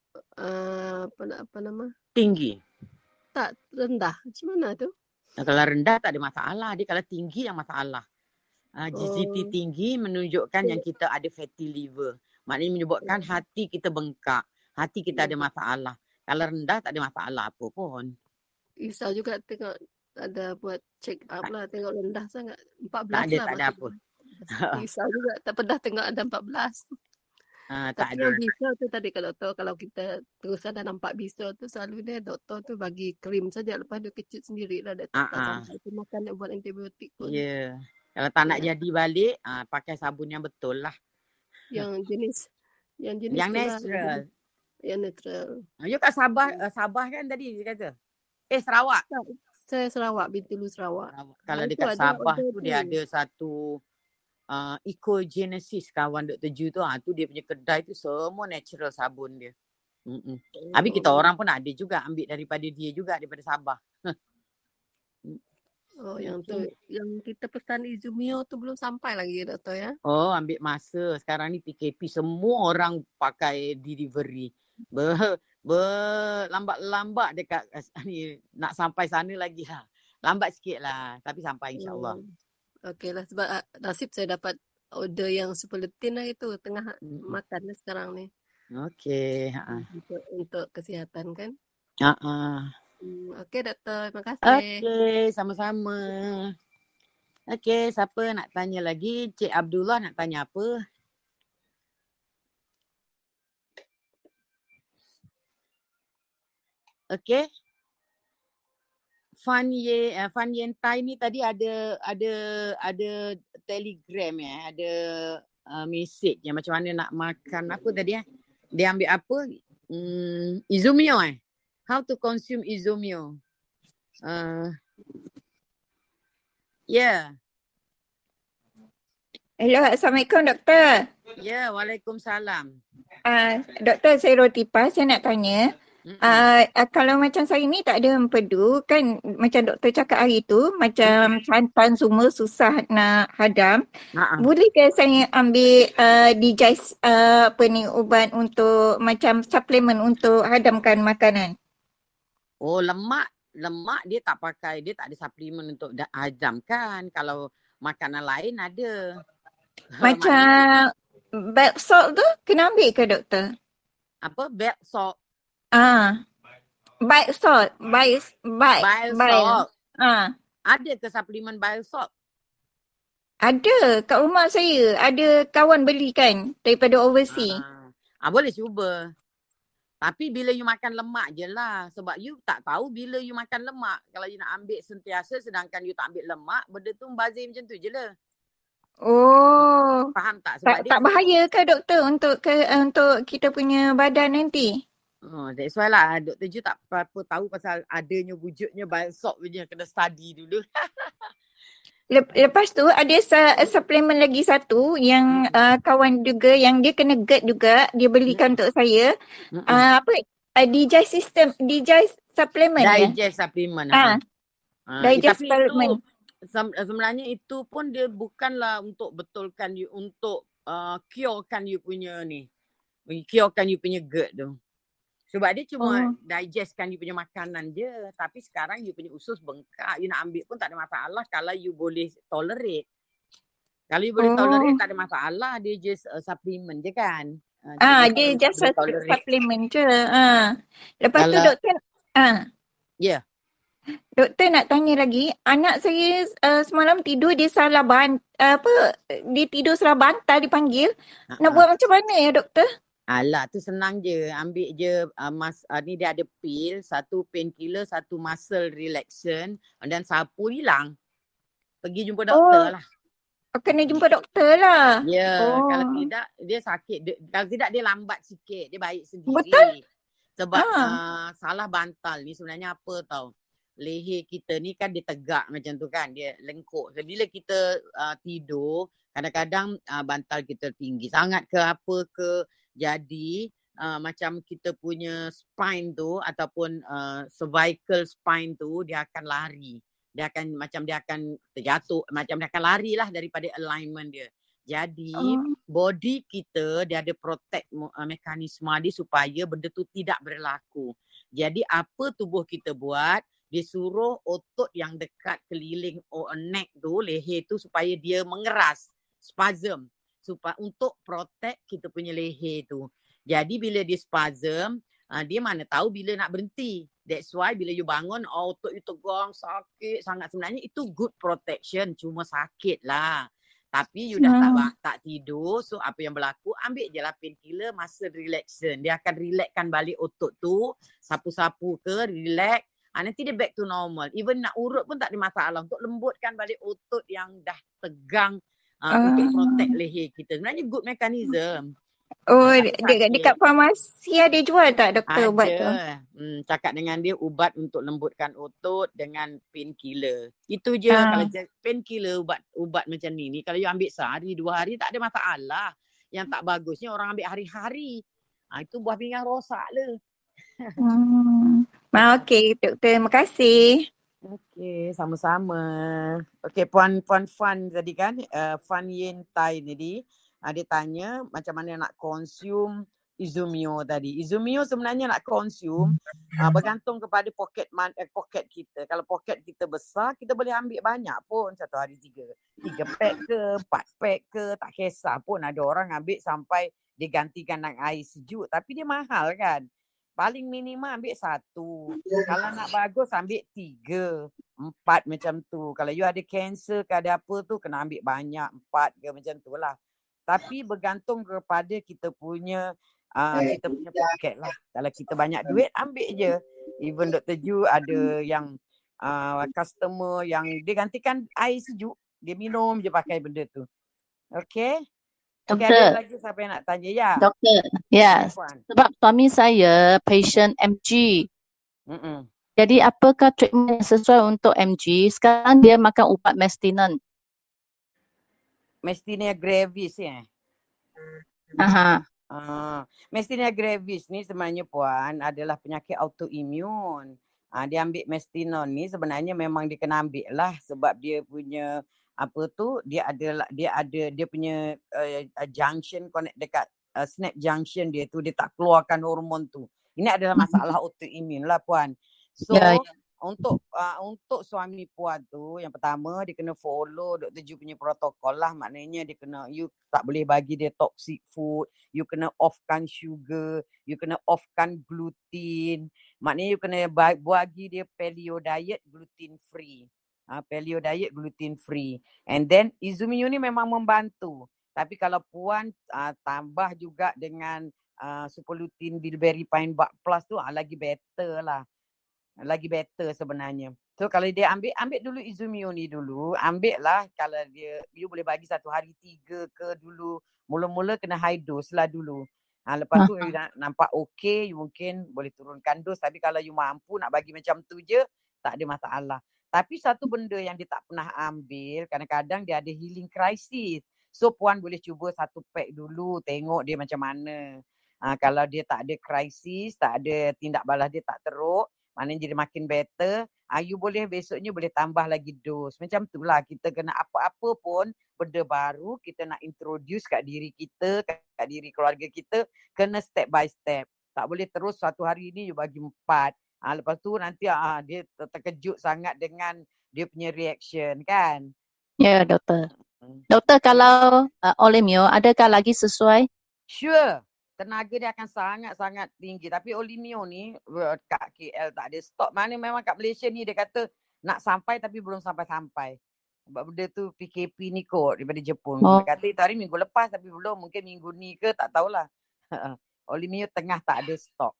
uh, apa apa nama? Tinggi. Tak rendah. Macam mana tu? Nah, kalau rendah tak ada masalah. Dia kalau tinggi yang masalah. Uh, G G T oh. tinggi menunjukkan oh. yang kita ada fatty liver. Maknanya menyebabkan oh. hati kita bengkak. Hati kita oh. ada masalah. Kalau rendah tak ada masalah apa pun. Risau juga tengok ada buat check up lah. Tengok rendah sangat. empat belas tak ada, lah. Tak ada apa. Risau juga. Tak pernah tengok ada empat belas. Uh, tak Tapi ada. Bisul tu tadi kalau doktor, kalau kita terus ada nampak bisul tu selalu dia doktor tu bagi krim saja lepas dia kecil sendiri lah. Dia tak uh-huh. sampai tu makan dia buat antibiotik pun. Ya. Yeah. Kalau tak nak yeah. jadi balik, uh, pakai sabun yang betul lah. Yang jenis yang jenis yang natural. Lah, yang natural. You kat Sabah, uh, Sabah kan tadi dia kata? Eh Sarawak. Saya Sarawak, Bintulu Sarawak. Sarawak. Kalau dekat Sabah tu dia ada satu Uh, Ecogenesis kawan Doktor Ju tu, ha, tu dia punya kedai tu semua natural sabun dia. Mm-mm. Oh. Habis kita orang pun ada juga ambil daripada dia juga, daripada Sabah. Oh, yang tu, Okay. yang kita pesan Izumio tu belum sampai lagi, doktor ya? Oh, ambil masa. Sekarang ni P K P semua orang pakai delivery. Ber, berlambat-lambat dekat ni nak sampai sana lagi lah. Lambat sikit lah. Tapi sampai insyaAllah. Hmm. Okey lah, sebab ah, nasib saya dapat order yang sepeletin lah itu. Tengah Mm-mm. makan lah sekarang ni. Okey. Ha. Untuk, untuk kesihatan kan. Ha. Hmm. Okey, doktor. Terima kasih. Okey, sama-sama. Okey, siapa nak tanya lagi? Cik Abdullah nak tanya apa? Okey. Fan Ye, uh, Fan Yen Tai ni tadi ada ada ada telegram ya, ada uh, message yang macam mana nak makan apa tadi eh? Dia ambil apa? Hmm, Izumio eh. How to consume Izumio? Uh, yeah. Hello, Assalamualaikum doktor. Ya, yeah, Waalaikumsalam. Uh, doktor, saya Rotipa, saya nak tanya. Uh, uh, kalau macam saya ni tak ada empedu, kan macam doktor cakap hari tu, macam santan semua susah nak hadam. Uh-uh. Boleh ke saya ambil uh, digest uh, apa ni, ubat untuk macam suplemen untuk hadamkan makanan? Oh, lemak. Lemak dia tak pakai, dia tak ada suplemen untuk hadamkan. Kalau makanan lain ada. Macam bath salt tu kena ambil ke doktor? Apa? Bath salt. Ah, bath salt, bath, bath, Bile bath. salt. Ah, Ada ke suplemen bile salt? ada kat rumah saya. Ada kawan belikan daripada overseas. Ah, ah, boleh cuba. Tapi bila you makan lemak je lah. Sebab you tak tahu bila you makan lemak. Kalau you nak ambil sentiasa sedangkan you tak ambil lemak, benda tu bazir macam tu je lah. Oh, Faham tak? Sebab tak dia tak bahaya ke doktor untuk ke untuk kita punya badan nanti? Oh, that's why lah Doktor Ju tak apa tahu pasal adanya wujudnya bile salt punya. Kena study dulu. Lepas tu ada suplemen lagi satu yang uh, kawan juga yang dia kena GERD juga, dia belikan untuk saya. Uh, apa? Uh, digest system, digest supplement ya? Digest supplement. Ah, ha. digest Tapi supplement. itu sebenarnya itu pun dia bukanlah untuk betulkan you, untuk uh, curekan you punya ni. Curekan you punya GERD tu. Sebab dia cuma oh. digestkan you punya makanan je. Tapi sekarang you punya usus bengkak. You nak ambil pun tak ada masalah kalau you boleh tolerate. Kalau you boleh Oh. tolerate tak ada masalah. Dia just uh, supplement je kan. Uh, Ah, dia just a supplement je. Ah. Lepas kalau, tu doktor, ah. Ya. Yeah. Doktor nak tanya lagi, anak saya uh, semalam tidur dia salah ban uh, apa dia tidur salah bantal dipanggil. Uh-huh. Nak buat macam mana ya doktor? Alah, tu senang je. Ambil je uh, mas uh, ni dia ada pil, satu painkiller, satu muscle relaxant dan sapu hilang. Pergi jumpa doktor oh. lah. Kena jumpa doktor lah. Ya, yeah, oh. Kalau tidak dia sakit. Dia, kalau tidak dia lambat sikit, dia baik sendiri. Betul. Sebab ah. uh, salah bantal ni sebenarnya apa tau? Leher kita ni kan dia tegak macam tu kan, dia lengkuk. So, bila kita uh, tidur, kadang-kadang uh, bantal kita tinggi sangat ke apa ke. Jadi uh, macam kita punya spine tu ataupun uh, cervical spine tu dia akan lari. Dia akan macam dia akan terjatuh, macam dia akan lari lah daripada alignment dia. Jadi oh. body kita dia ada protect uh, mekanisme dia supaya benda tu tidak berlaku. Jadi apa tubuh kita buat, dia suruh otot yang dekat keliling oh, neck tu, leher tu supaya dia mengeras, spasm. Supaya untuk protect kita punya leher tu. Jadi bila dia spasm, uh, dia mana tahu bila nak berhenti. That's why bila you bangun, oh, otot you tegang, sakit sangat. Sebenarnya itu good protection, cuma sakit lah. Tapi you dah hmm. tak, tak tidur, so apa yang berlaku, ambil je lah painkiller, muscle relaxant. Dia akan relaxkan balik otot tu, sapu-sapu ke, relax. Ha, nanti dia back to normal. Even nak urut pun tak ada masalah. Untuk lembutkan balik otot yang dah tegang. Uh, uh. Untuk protect leher kita. Sebenarnya good mechanism. Oh, dekat, dekat farmasi ada jual tak doktor ada. Ubat tu? Hmm, cakap dengan dia ubat untuk lembutkan otot dengan painkiller. Itu je. Uh. Kalau painkiller ubat ubat macam ni, ni kalau you ambil sehari, dua hari tak ada masalah. Yang tak bagusnya orang ambil hari-hari. Ha, itu buah pinggang rosak lah. Hmm. Okey doktor, terima kasih. Okey, sama-sama. Okey, Puan Puan Fan tadi kan, uh, Fan Yin Tai tadi, uh, dia tanya macam mana nak consume Izumio tadi. Izumio sebenarnya nak consume uh, bergantung kepada poket man, eh, poket kita. Kalau poket kita besar, kita boleh ambil banyak pun satu hari tiga. Tiga pack ke, empat pack ke, tak kisah pun. Ada orang ambil sampai dia gantikan dengan air sejuk. Tapi dia mahal kan. Paling minimum ambil satu. Kalau nak bagus ambil tiga. Empat macam tu. Kalau you ada cancer ke ada apa tu kena ambil banyak. Empat ke macam tu lah. Tapi bergantung kepada kita punya uh, kita punya poket lah. Kalau kita banyak duit ambil je. Even Doktor Ju ada yang uh, customer yang dia gantikan air sejuk. Dia minum je pakai benda tu. Okay. Okay, Doktor. ada lagi siapa yang nak tanya? Ya. Doktor. Ya. Puan. Sebab suami saya patient M G. Mm-mm. Jadi apakah treatment yang sesuai untuk M G? Sekarang dia makan ubat Mestinon. Myasthenia gravis ya. Aha. Uh, Myasthenia gravis ni sebenarnya Puan adalah penyakit autoimun. Uh, dia ambil Mestinon ni sebenarnya memang dia kena ambil lah sebab dia punya apa tu dia ada dia ada dia punya uh, junction connect dekat uh, snap junction dia tu dia tak keluarkan hormon tu. Ini adalah masalah autoimun lah Puan. So Ya, ya. untuk uh, untuk suami Puan tu yang pertama dia kena follow Doktor Ju punya protokol lah. Maknanya dia kena you tak boleh bagi dia toxic food, you kena offkan sugar, you kena offkan gluten. Maknanya you kena bagi dia paleo diet gluten free. Uh, paleo diet gluten free. And then Izumio ni memang membantu. Tapi kalau Puan uh, tambah juga dengan uh, superlutin bilberry pine bark plus tu uh, lagi better lah. Lagi better sebenarnya. So kalau dia ambil, ambil dulu Izumio ni dulu. Ambil lah kalau dia, you boleh bagi satu hari tiga ke dulu. Mula-mula kena high dose lah dulu. Ha, lepas tu you nampak okey, you mungkin boleh turunkan dos. Tapi kalau you mampu nak bagi macam tu je, tak ada masalah. Tapi satu benda yang dia tak pernah ambil, kadang-kadang dia ada healing crisis. So Puan boleh cuba satu pack dulu, tengok dia macam mana. Ha, kalau dia tak ada krisis, tak ada tindak balas dia tak teruk, maknanya jadi makin better, ha, you boleh besoknya boleh tambah lagi dos. Macam tu lah, kita kena apa-apa pun benda baru, kita nak introduce kat diri kita, kat diri keluarga kita, kena step by step. Tak boleh terus satu hari ni you bagi empat. Ha, lepas tu nanti ha, dia terkejut sangat dengan dia punya reaction kan. Ya, doktor. Doktor, kalau uh, Olimio, adakah lagi sesuai? Sure. Tenaga dia akan sangat-sangat tinggi. Tapi Olimio ni kat K L tak ada stok. Mana memang kat Malaysia ni dia kata nak sampai tapi belum sampai-sampai. Sebab benda tu P K P ni kot daripada Jepun. Oh. Dia kata itu hari minggu lepas tapi belum. Mungkin minggu ni ke tak tahulah. Olimio tengah tak ada stok.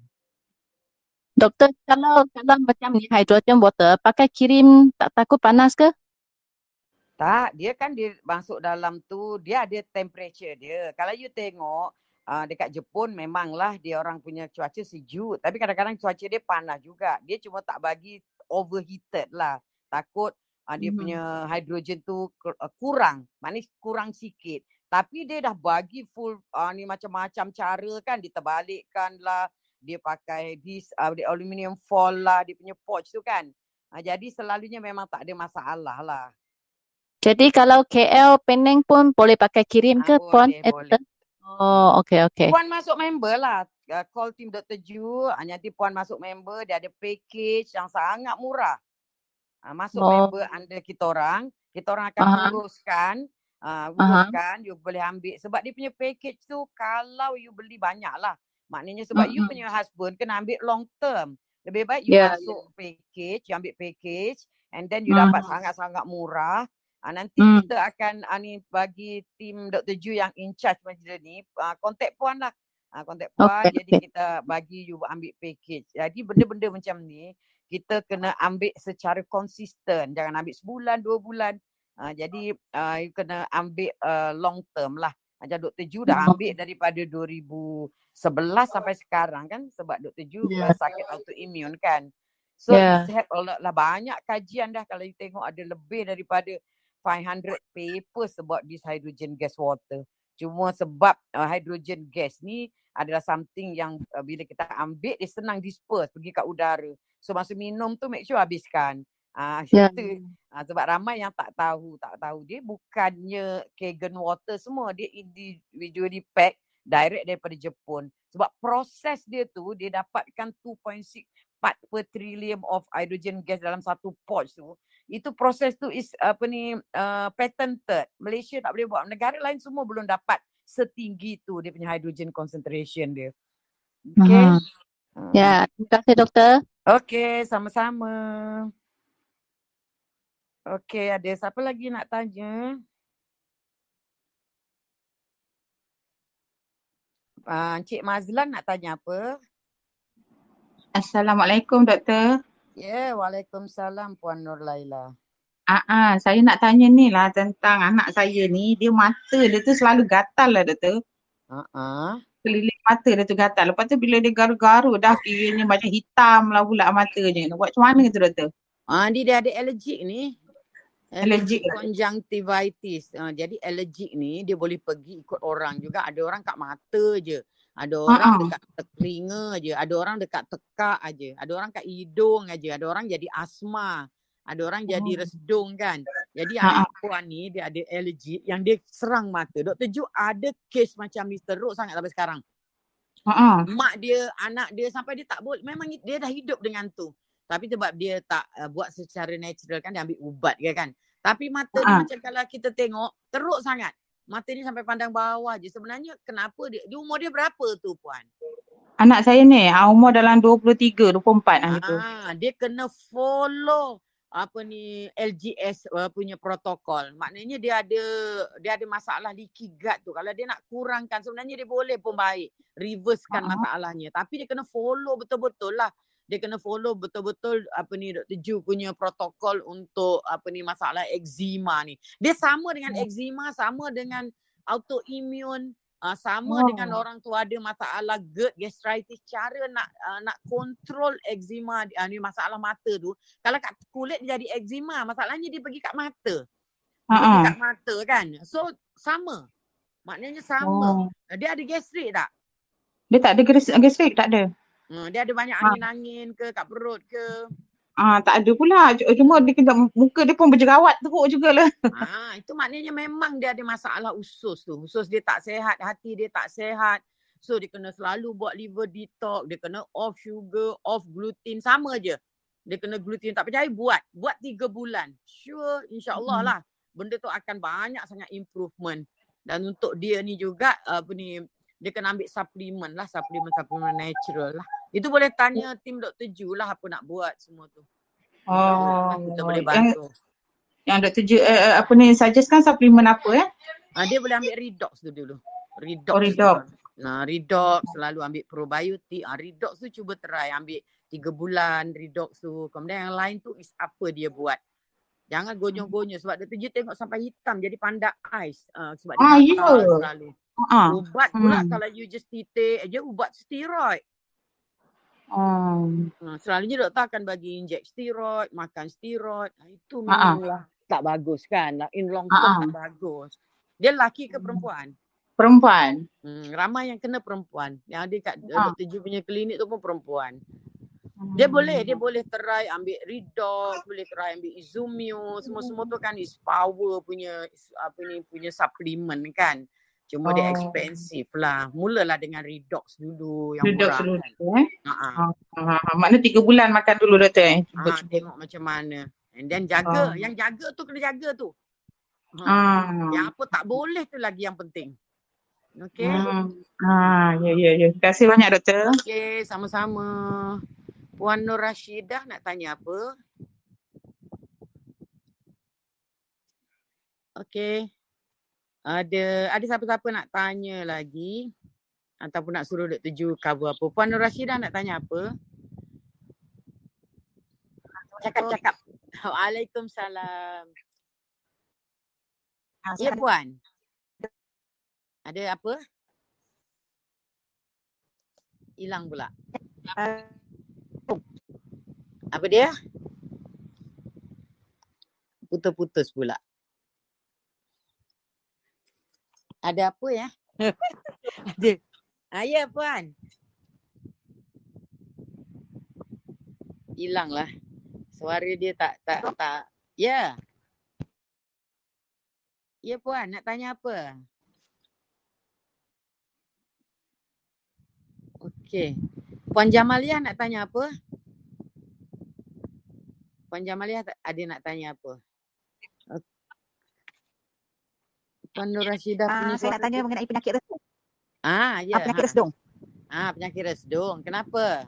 Doktor, kalau kalau macam ni hydrogen water, pakai kirim tak takut panas ke? Tak, dia kan dia masuk dalam tu, dia ada temperature dia. Kalau you tengok uh, dekat Jepun memanglah dia orang punya cuaca sejuk. Tapi kadang-kadang cuaca dia panas juga. Dia cuma tak bagi overheated lah. Takut uh, dia mm-hmm. punya hydrogen tu uh, kurang. Maknanya kurang sikit. Tapi dia dah bagi full uh, ni macam-macam cara kan. Diterbalikkan lah. Dia pakai this uh, aluminium foil lah. Dia punya pouch tu kan. Uh, jadi selalunya memang tak ada masalah lah. Jadi kalau K L Penang pun boleh pakai kirim ke ha, Puan? Boleh, boleh. Oh, okey okey. Puan masuk member lah. Uh, call team Doktor Ju. Uh, nanti Puan masuk member. Dia ada package yang sangat murah. Uh, masuk oh. member under kita orang. Kita orang akan uh-huh. uruskan. Uh, uruskan. Uh-huh. You boleh ambil. Sebab dia punya package tu kalau you beli banyak lah. Maknanya sebab uh-huh. you punya husband kena ambil long term. Lebih baik you yeah, masuk yeah. package. You ambil package. And then you uh-huh. dapat sangat-sangat murah. Uh, nanti hmm. kita akan uh, ni bagi tim Doktor Ju yang in charge majlis ni, uh, kontak Puan lah. Uh, kontak Puan, okay. Jadi kita bagi you ambil package. Jadi benda-benda macam ni, kita kena ambil secara konsisten. Jangan ambil sebulan, dua bulan. Uh, jadi uh, you kena ambil uh, long term lah. Macam Doktor Ju dah ambil daripada dua ribu sebelas sampai sekarang kan. Sebab Doktor Ju yeah. uh, sakit autoimun kan. So yeah. it's have a lot lah. Banyak kajian dah kalau you tengok ada lebih daripada five hundred papers about this hydrogen gas water. Cuma sebab uh, hydrogen gas ni adalah something yang uh, bila kita ambil dia senang disperse pergi kat udara. So masa minum tu make sure habiskan. Ah, Ya. itu. Ah, sebab ramai yang tak tahu, tak tahu. Dia bukannya Kangen water semua. Dia individually pack direct daripada Jepun. Sebab proses dia tu, dia dapatkan two point six part per trillion of hydrogen gas dalam satu pouch tu. Itu proses tu is apa ni uh, patented. Malaysia tak boleh buat. Negara lain semua belum dapat setinggi tu dia punya hydrogen concentration dia. Okay. Hmm. Ya, terima kasih doktor. Okay, sama-sama. Okay, ada siapa lagi nak tanya? Uh, Encik Mazlan nak tanya apa? Assalamualaikum doktor. Ya, yeah, waalaikumsalam Puan Nur Laila. Ah, ah, saya nak tanya ni lah tentang anak saya ni, dia mata dia tu selalu gatal lah doktor. Uh-uh. Keliling mata dia tu gatal. Lepas tu bila dia garu-garu dah kiranya macam hitam lah pula matanya. Nak buat macam mana tu doktor? Ah, dia, dia ada allergic ni. Allergic Allergic conjunctivitis. Uh, jadi allergic ni dia boleh pergi ikut orang juga. Ada orang kat mata je. Ada orang uh-uh. dekat telinga je. Ada orang dekat tekak aje. Ada orang kat hidung aje. Ada orang jadi asma. Ada orang oh. jadi resdung kan. Jadi uh-uh. anak puan ni dia ada allergic yang dia serang mata. Doktor Ju ada kes macam ni teruk sangat sampai sekarang. Uh-uh. Mak dia, anak dia sampai dia tak boleh. Memang dia dah hidup dengan tu. Tapi sebab dia tak uh, buat secara natural kan, dia ambil ubat ke kan. Tapi mata uh-huh. dia macam kalau kita tengok, teruk sangat. Mata ni sampai pandang bawah je. Sebenarnya kenapa dia, dia umur dia berapa tu Puan? Anak saya ni umur dalam dua puluh tiga, dua puluh empat lah gitu. Ah, dia kena follow apa ni L G S uh, punya protokol. Maknanya dia ada dia ada masalah leaky gut tu. Kalau dia nak kurangkan, sebenarnya dia boleh pun baik. Reversekan uh-huh. masalahnya. Tapi dia kena follow betul-betul lah. Dia kena follow betul-betul apa ni Doktor Ju punya protokol untuk apa ni masalah eczema ni. Dia sama dengan eczema, sama dengan autoimmune, uh, sama oh. dengan orang tu ada masalah GERD, gastritis. Cara nak uh, nak kontrol eczema uh, ni masalah mata tu. Kalau kat kulit dia jadi eczema, masalahnya dia pergi kat mata. Dia uh-huh. pergi kat mata kan. So sama. Maknanya sama. Oh. Dia ada gastrik tak? Dia tak ada gastrik, tak ada. Hmm, dia ada banyak angin-angin ke kat perut ke? Ah, tak ada pula. Cuma dia kena muka dia pun berjerawat teruk jugalah. Ah, itu maknanya memang dia ada masalah usus tu. Usus dia tak sihat, hati dia tak sihat. So dia kena selalu buat liver detox, dia kena off sugar, off gluten, sama je. Dia kena gluten, tak percaya buat. Buat tiga bulan. Sure, insya-Allah lah. Benda tu akan banyak sangat improvement. Dan untuk dia ni juga apa ni, dia kena ambil suplemen lah, suplemen-suplemen natural lah. Itu boleh tanya tim Doktor Ju lah apa nak buat semua tu. Oh, kita boleh bantu. Yang, yang Doktor Ju uh, apa ni suggestkan suplemen apa eh? Uh, dia boleh ambil redox tu dulu. Redox. Oh, redox. Nah, redox selalu ambil probiotik. Ah, uh, redox tu cuba try ambil tiga bulan redox tu. Kemudian yang lain tu is apa dia buat. Jangan gonyong-gonyong sebab Doktor Ju tengok sampai hitam jadi panda ais. Uh, sebab dia ah, yeah. selalu. Uh-huh. Ubat pula hmm. kalau you just titik aja ubat steroid. Hmm. Uh, selalunya doktor akan bagi injek steroid, makan steroid. Nah, itu memanglah uh-huh. tak bagus kan. In long term uh-huh. tak bagus. Dia lelaki ke perempuan? Perempuan. Hmm, ramai yang kena perempuan. Yang ada kat uh-huh. Doktor Ju punya klinik tu pun perempuan. Dia hmm. boleh, dia boleh try ambil redox, boleh try ambil izumio, semua-semua tu kan is power punya apa ni punya suplemen kan. Cuma oh. dia expensive lah. Mulalah dengan redox dulu yang redox murah. Redox dulu kan? eh. Ha ah. Makna tiga bulan makan dulu doktor eh. Ha, tengok macam mana. And then jaga, oh. yang jaga tu kena jaga tu. Ha. Ah. Yang apa tak boleh tu lagi yang penting. Okey. Hmm. Ha, ya ya ya. Terima kasih banyak doktor. Okey, sama-sama. Puan Nur Rashidah nak tanya apa? Okey. Ada ada siapa-siapa nak tanya lagi ataupun nak suruh Doktor Ju cover apa? Puan Nur Rashidah nak tanya apa? Cakap-cakap. Waalaikumsalam. Ya Puan. Ada apa? Hilang pula. Apa dia? Putus-putus pula. Ada apa ya? Ada. Ah, ya Puan. Hilanglah. Suara dia tak tak tak. Ya. Ya Puan, nak tanya apa? Okey. Puan Jamaliah nak tanya apa? Puan Jamaliah ada nak tanya apa? Puan Nur Rashidah punya Uh, saya nak tanya mengenai penyakit resdung. Ah, ya. Ah, penyakit Ha. resdung. Ah, penyakit resdung. Kenapa?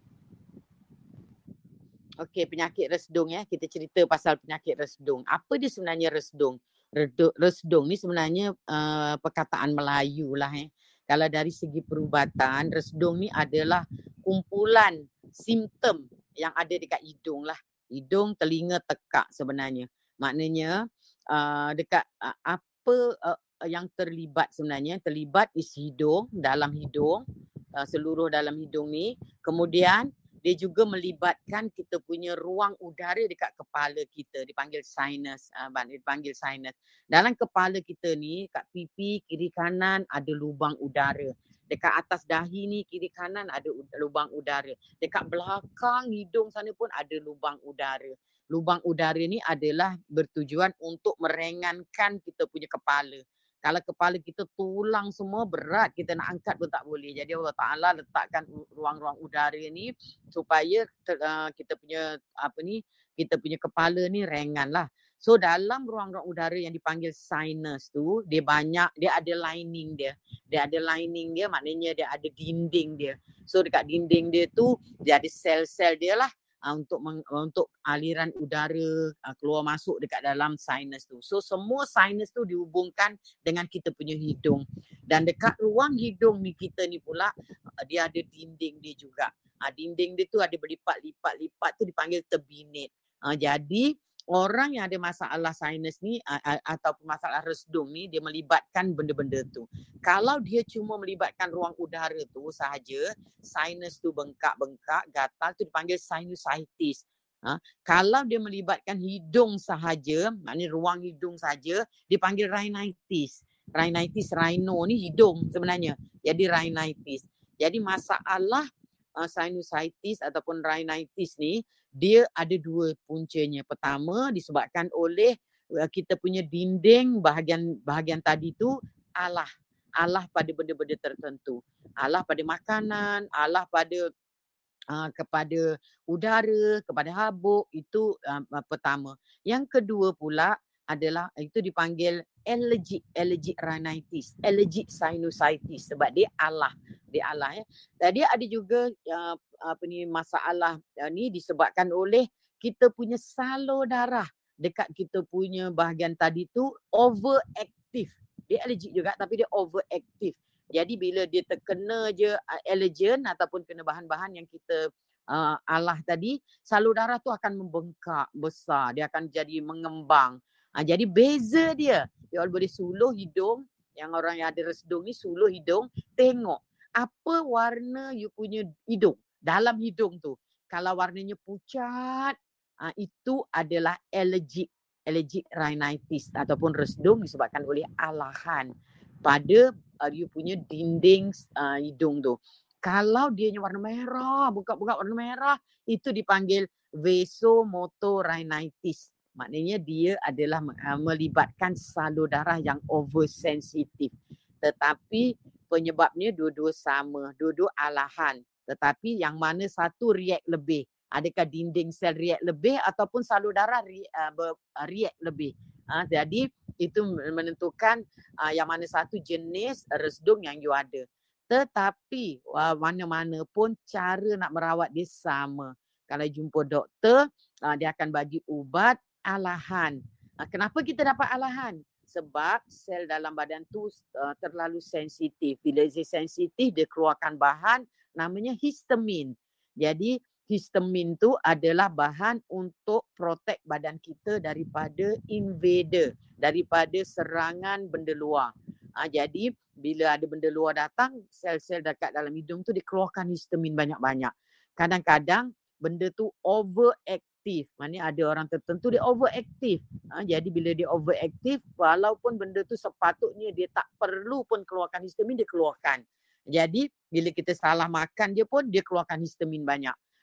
Okey, penyakit resdung ya. Kita cerita pasal penyakit resdung. Apa dia sebenarnya resdung? Redu, resdung ni sebenarnya uh, perkataan Melayu lah eh. Kalau dari segi perubatan, resdung ni adalah kumpulan simptom yang ada dekat hidung lah. Hidung, telinga, tekak sebenarnya. Maknanya uh, dekat uh, apa uh, yang terlibat sebenarnya, terlibat isi hidung, dalam hidung, uh, seluruh dalam hidung ni. Kemudian dia juga melibatkan kita punya ruang udara dekat kepala kita, dipanggil sinus, uh, dipanggil sinus. Dalam kepala kita ni, kat pipi kiri kanan ada lubang udara. Dekat atas dahi ni kiri kanan ada lubang udara. Dekat belakang hidung sana pun ada lubang udara. Lubang udara ni adalah bertujuan untuk meringankan kita punya kepala. Kalau kepala kita tulang semua berat, kita nak angkat pun tak boleh. Jadi Allah Ta'ala letakkan ruang-ruang udara ni supaya ter, uh, kita punya apa ni, kita punya kepala ni ringan lah. So dalam ruang-ruang udara yang dipanggil sinus tu, dia banyak, dia ada lining dia. Dia ada lining dia, maknanya dia ada dinding dia. So dekat dinding dia tu, dia ada sel-sel dia lah. Uh, untuk meng, untuk aliran udara uh, keluar masuk dekat dalam sinus tu. So semua sinus tu dihubungkan dengan kita punya hidung. Dan dekat ruang hidung ni kita ni pula uh, dia ada dinding dia juga. Uh, dinding dia tu ada berlipat-lipat-lipat tu dipanggil turbinate. Uh, jadi orang yang ada masalah sinus ni uh, uh, ataupun masalah resdung ni, dia melibatkan benda-benda tu. Kalau dia cuma melibatkan ruang udara tu sahaja, sinus tu bengkak-bengkak, gatal tu dipanggil sinusitis. Ha? Kalau dia melibatkan hidung sahaja, maknanya ruang hidung sahaja, dipanggil rhinitis. Rhinitis, rhino ni hidung sebenarnya. Jadi rhinitis. Jadi masalah uh, sinusitis ataupun rhinitis ni, dia ada dua puncanya. Pertama disebabkan oleh uh, kita punya dinding bahagian bahagian tadi tu alah. Alah pada benda-benda tertentu. Alah pada makanan, alah pada uh, kepada udara, kepada habuk, itu uh, pertama. Yang kedua pula adalah itu dipanggil allergic allergic rhinitis, allergic sinusitis sebab dia alah, dia alah ya. Jadi ada juga uh, apa ni masalah uh, ni disebabkan oleh kita punya salur darah dekat kita punya bahagian tadi tu overactive. Dia allergic juga tapi dia overactive. Jadi bila dia terkena je uh, allergen ataupun kena bahan-bahan yang kita uh, alah tadi, salur darah tu akan membengkak besar, dia akan jadi mengembang. Ha, jadi beza dia, dia boleh suluh hidung, yang orang yang ada resdung ni suluh hidung, tengok apa warna you punya hidung, dalam hidung tu. Kalau warnanya pucat, ha, itu adalah allergic, allergic rhinitis ataupun resdung disebabkan oleh alahan pada uh, you punya dinding uh, hidung tu. Kalau dia warna merah, buka-buka warna merah, itu dipanggil vasomotorrhinitis. Maknanya dia adalah uh, melibatkan salur darah yang oversensitif. Tetapi penyebabnya dua-dua sama, dua-dua alahan. Tetapi yang mana satu react lebih. Adakah dinding sel react lebih ataupun salur darah re, uh, ber, uh, react lebih. Uh, jadi itu menentukan uh, yang mana satu jenis resdung yang you ada. Tetapi uh, mana-mana pun cara nak merawat dia sama. Kalau jumpa doktor, uh, dia akan bagi ubat alahan. Kenapa kita dapat alahan? Sebab sel dalam badan tu uh, terlalu sensitif. Bila dia sensitif, dia keluarkan bahan namanya histamin. Jadi histamin tu adalah bahan untuk protect badan kita daripada invader, daripada serangan benda luar. Uh, jadi bila ada benda luar datang, sel-sel dekat dalam hidung tu dikeluarkan histamin banyak-banyak. Kadang-kadang benda tu overactive. Maksudnya ada orang tertentu dia overactive. Ha, jadi bila dia overactive, walaupun benda tu sepatutnya dia tak perlu pun keluarkan histamin, dia keluarkan. Jadi bila kita salah makan dia pun dia keluarkan histamin banyak.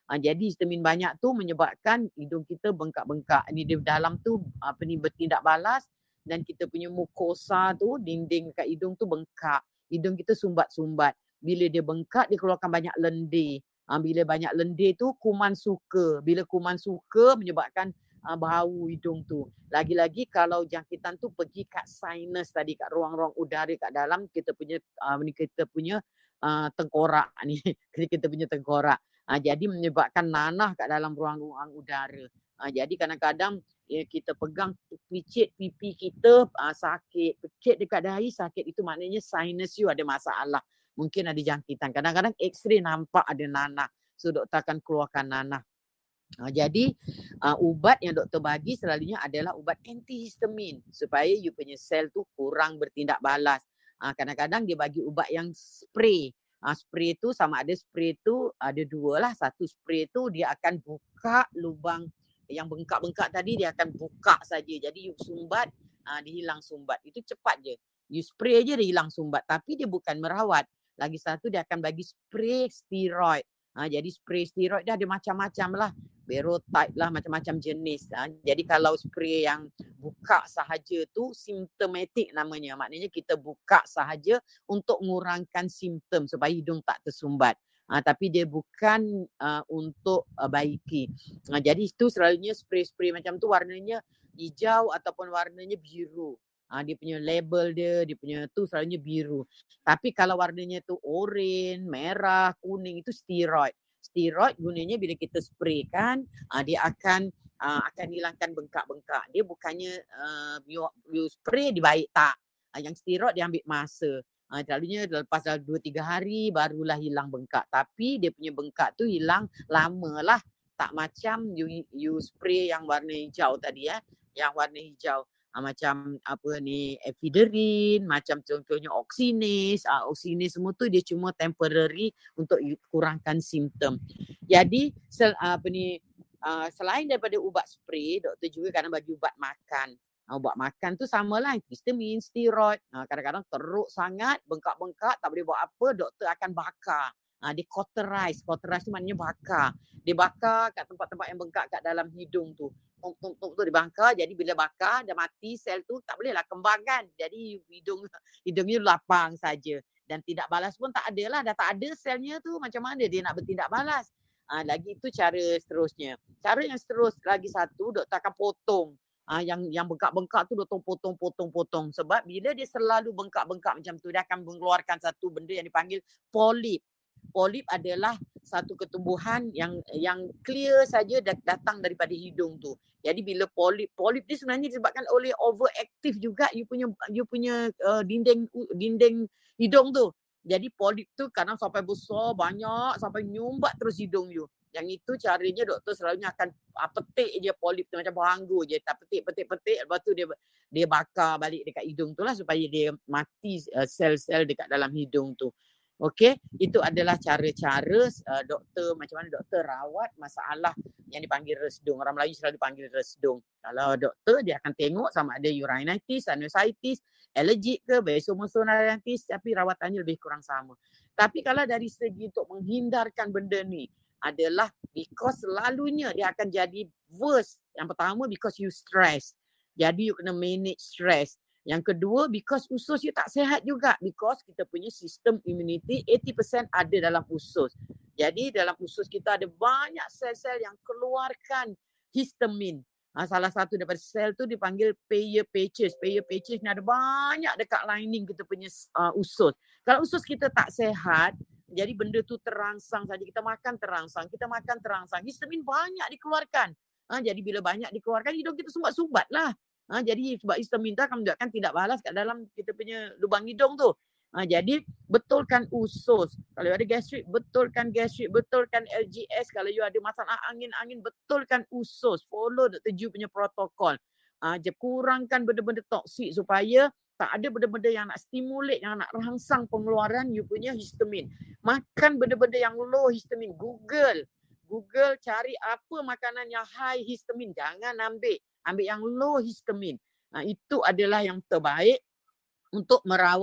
Ha, jadi histamin banyak tu menyebabkan hidung kita bengkak-bengkak. Ni di dalam tu apa ni bertindak balas dan kita punya mukosa tu, dinding kat hidung tu bengkak. Hidung kita sumbat-sumbat. Bila dia bengkak, dia keluarkan banyak lendir. Ha, bila banyak lendir tu kuman suka. Bila kuman suka menyebabkan uh, bau hidung tu. Lagi-lagi kalau jangkitan tu pergi kat sinus tadi, kat ruang-ruang udara kat dalam kita punya uh, ni kita punya uh, tengkorak ni. Kita punya tengkorak. Ha, jadi menyebabkan nanah kat dalam ruang-ruang udara. Ha, jadi kadang-kadang ya, kita pegang picit pipi kita uh, sakit. Picit dekat dahi sakit, itu maknanya sinus you ada masalah. Mungkin ada jangkitan. Kadang-kadang X-ray nampak ada nanah. So doktor akan keluarkan nanah. Ha, jadi uh, ubat yang doktor bagi selalunya adalah ubat antihistamin supaya you punya sel tu kurang bertindak balas. Ha, kadang-kadang dia bagi ubat yang spray. Ha, spray tu sama ada spray tu ada dua lah. Satu spray tu dia akan buka lubang yang bengkak-bengkak tadi, dia akan buka saja. Jadi you sumbat, ha, dia hilang sumbat. Itu cepat je. You spray je dia hilang sumbat. Tapi dia bukan merawat. Lagi satu dia akan bagi spray steroid. Ha, jadi spray steroid dia ada macam-macam lah. Berotide lah, macam-macam jenis. Ha, jadi kalau spray yang buka sahaja tu symptomatic namanya. Maknanya kita buka sahaja untuk mengurangkan simptom supaya hidung tak tersumbat. Ha, tapi dia bukan uh, untuk uh, baiki. Ha, jadi itu selalunya spray-spray macam tu warnanya hijau ataupun warnanya biru. Ha, dia punya label dia, dia punya tu selalunya biru. Tapi kalau warnanya tu oranye, merah, kuning itu steroid. Steroid gunanya bila kita spray kan, uh, dia akan uh, akan hilangkan bengkak-bengkak. Dia bukannya uh, you, you spray dia baik tak. Uh, yang steroid dia ambil masa. Uh, selalunya lepas dua tiga hari barulah hilang bengkak. Tapi dia punya bengkak tu hilang lama lah. Tak macam you, you spray yang warna hijau tadi ya. Yang warna hijau. Uh, macam apa ni ephedrine, macam contohnya oxynase, uh, oxynase semua tu dia cuma temporary untuk kurangkan simptom. Jadi sel, uh, apa ni uh, selain daripada ubat spray, doktor juga kadang bagi ubat makan. Uh, ubat makan tu samalah, histamin, steroid. Uh, kadang-kadang teruk sangat, bengkak-bengkak, tak boleh buat apa, doktor akan bakar. Uh, dia cauterize, cauterize tu maknanya bakar. Dia bakar kat tempat-tempat yang bengkak kat dalam hidung tu. Tuk-tuk tu dibakar, jadi bila bakar dah mati sel tu tak bolehlah kembangkan. Jadi hidung hidungnya lapang saja dan tidak balas pun tak ada lah, dah tak ada selnya tu, macam mana dia nak bertindak balas. Ha, lagi itu cara seterusnya. Cara yang seterus lagi satu, doktor akan potong. Ha, yang yang bengkak-bengkak tu doktor potong-potong-potong sebab bila dia selalu bengkak-bengkak macam tu dia akan mengeluarkan satu benda yang dipanggil polip. Polip adalah satu ketumbuhan yang yang clear saja datang daripada hidung tu. Jadi bila polip, polip ni sebenarnya disebabkan oleh overactive juga you punya you punya uh, dinding dinding hidung tu. Jadi polip tu kadang sampai besar banyak sampai nyumbat terus hidung you. Yang itu caranya doktor selalunya akan uh, petik je polip tu macam beranggur je, tak petik-petik-petik lepas tu dia dia bakar balik dekat hidung tu lah supaya dia mati uh, sel-sel dekat dalam hidung tu. Okey, itu adalah cara-cara uh, doktor, macam mana doktor rawat masalah yang dipanggil resdung. Orang Melayu selalu dipanggil resdung. Kalau doktor dia akan tengok sama ada urinitis, sinusitis, allergic ke, vasomotorrhinitis, tapi rawatannya lebih kurang sama. Tapi kalau dari segi untuk menghindarkan benda ni adalah because selalunya dia akan jadi worse. Yang pertama because you stress. Jadi you kena manage stress. Yang kedua, because usus you tak sihat juga. Because kita punya sistem immunity eighty percent ada dalam usus. Jadi dalam usus kita ada banyak sel-sel yang keluarkan histamin. Ha, salah satu daripada sel tu dipanggil Peyer's patches. Peyer's patches ni ada banyak dekat lining kita punya uh, usus. Kalau usus kita tak sihat, jadi benda tu terangsang saja. Kita makan terangsang, kita makan terangsang. Histamin banyak dikeluarkan. Ha, jadi bila banyak dikeluarkan, hidung kita sumbat-sumbat lah. Ha, jadi sebab histamin tu akan menyebabkan tidak balas kat dalam kita punya lubang hidung tu. Ha, jadi betulkan usus. Kalau ada gastrik, betulkan gastrik. Betulkan L G S. Kalau you ada masalah angin-angin, betulkan usus. Follow Doktor Ju punya protokol. Ha, kurangkan benda-benda toksik supaya tak ada benda-benda yang nak stimulate, yang nak rangsang pengeluaran you punya histamin. Makan benda-benda yang low histamin. Google. Google cari apa makanan yang high histamin. Jangan ambil. Ambil yang low histamin. Ha, itu adalah yang terbaik untuk merawat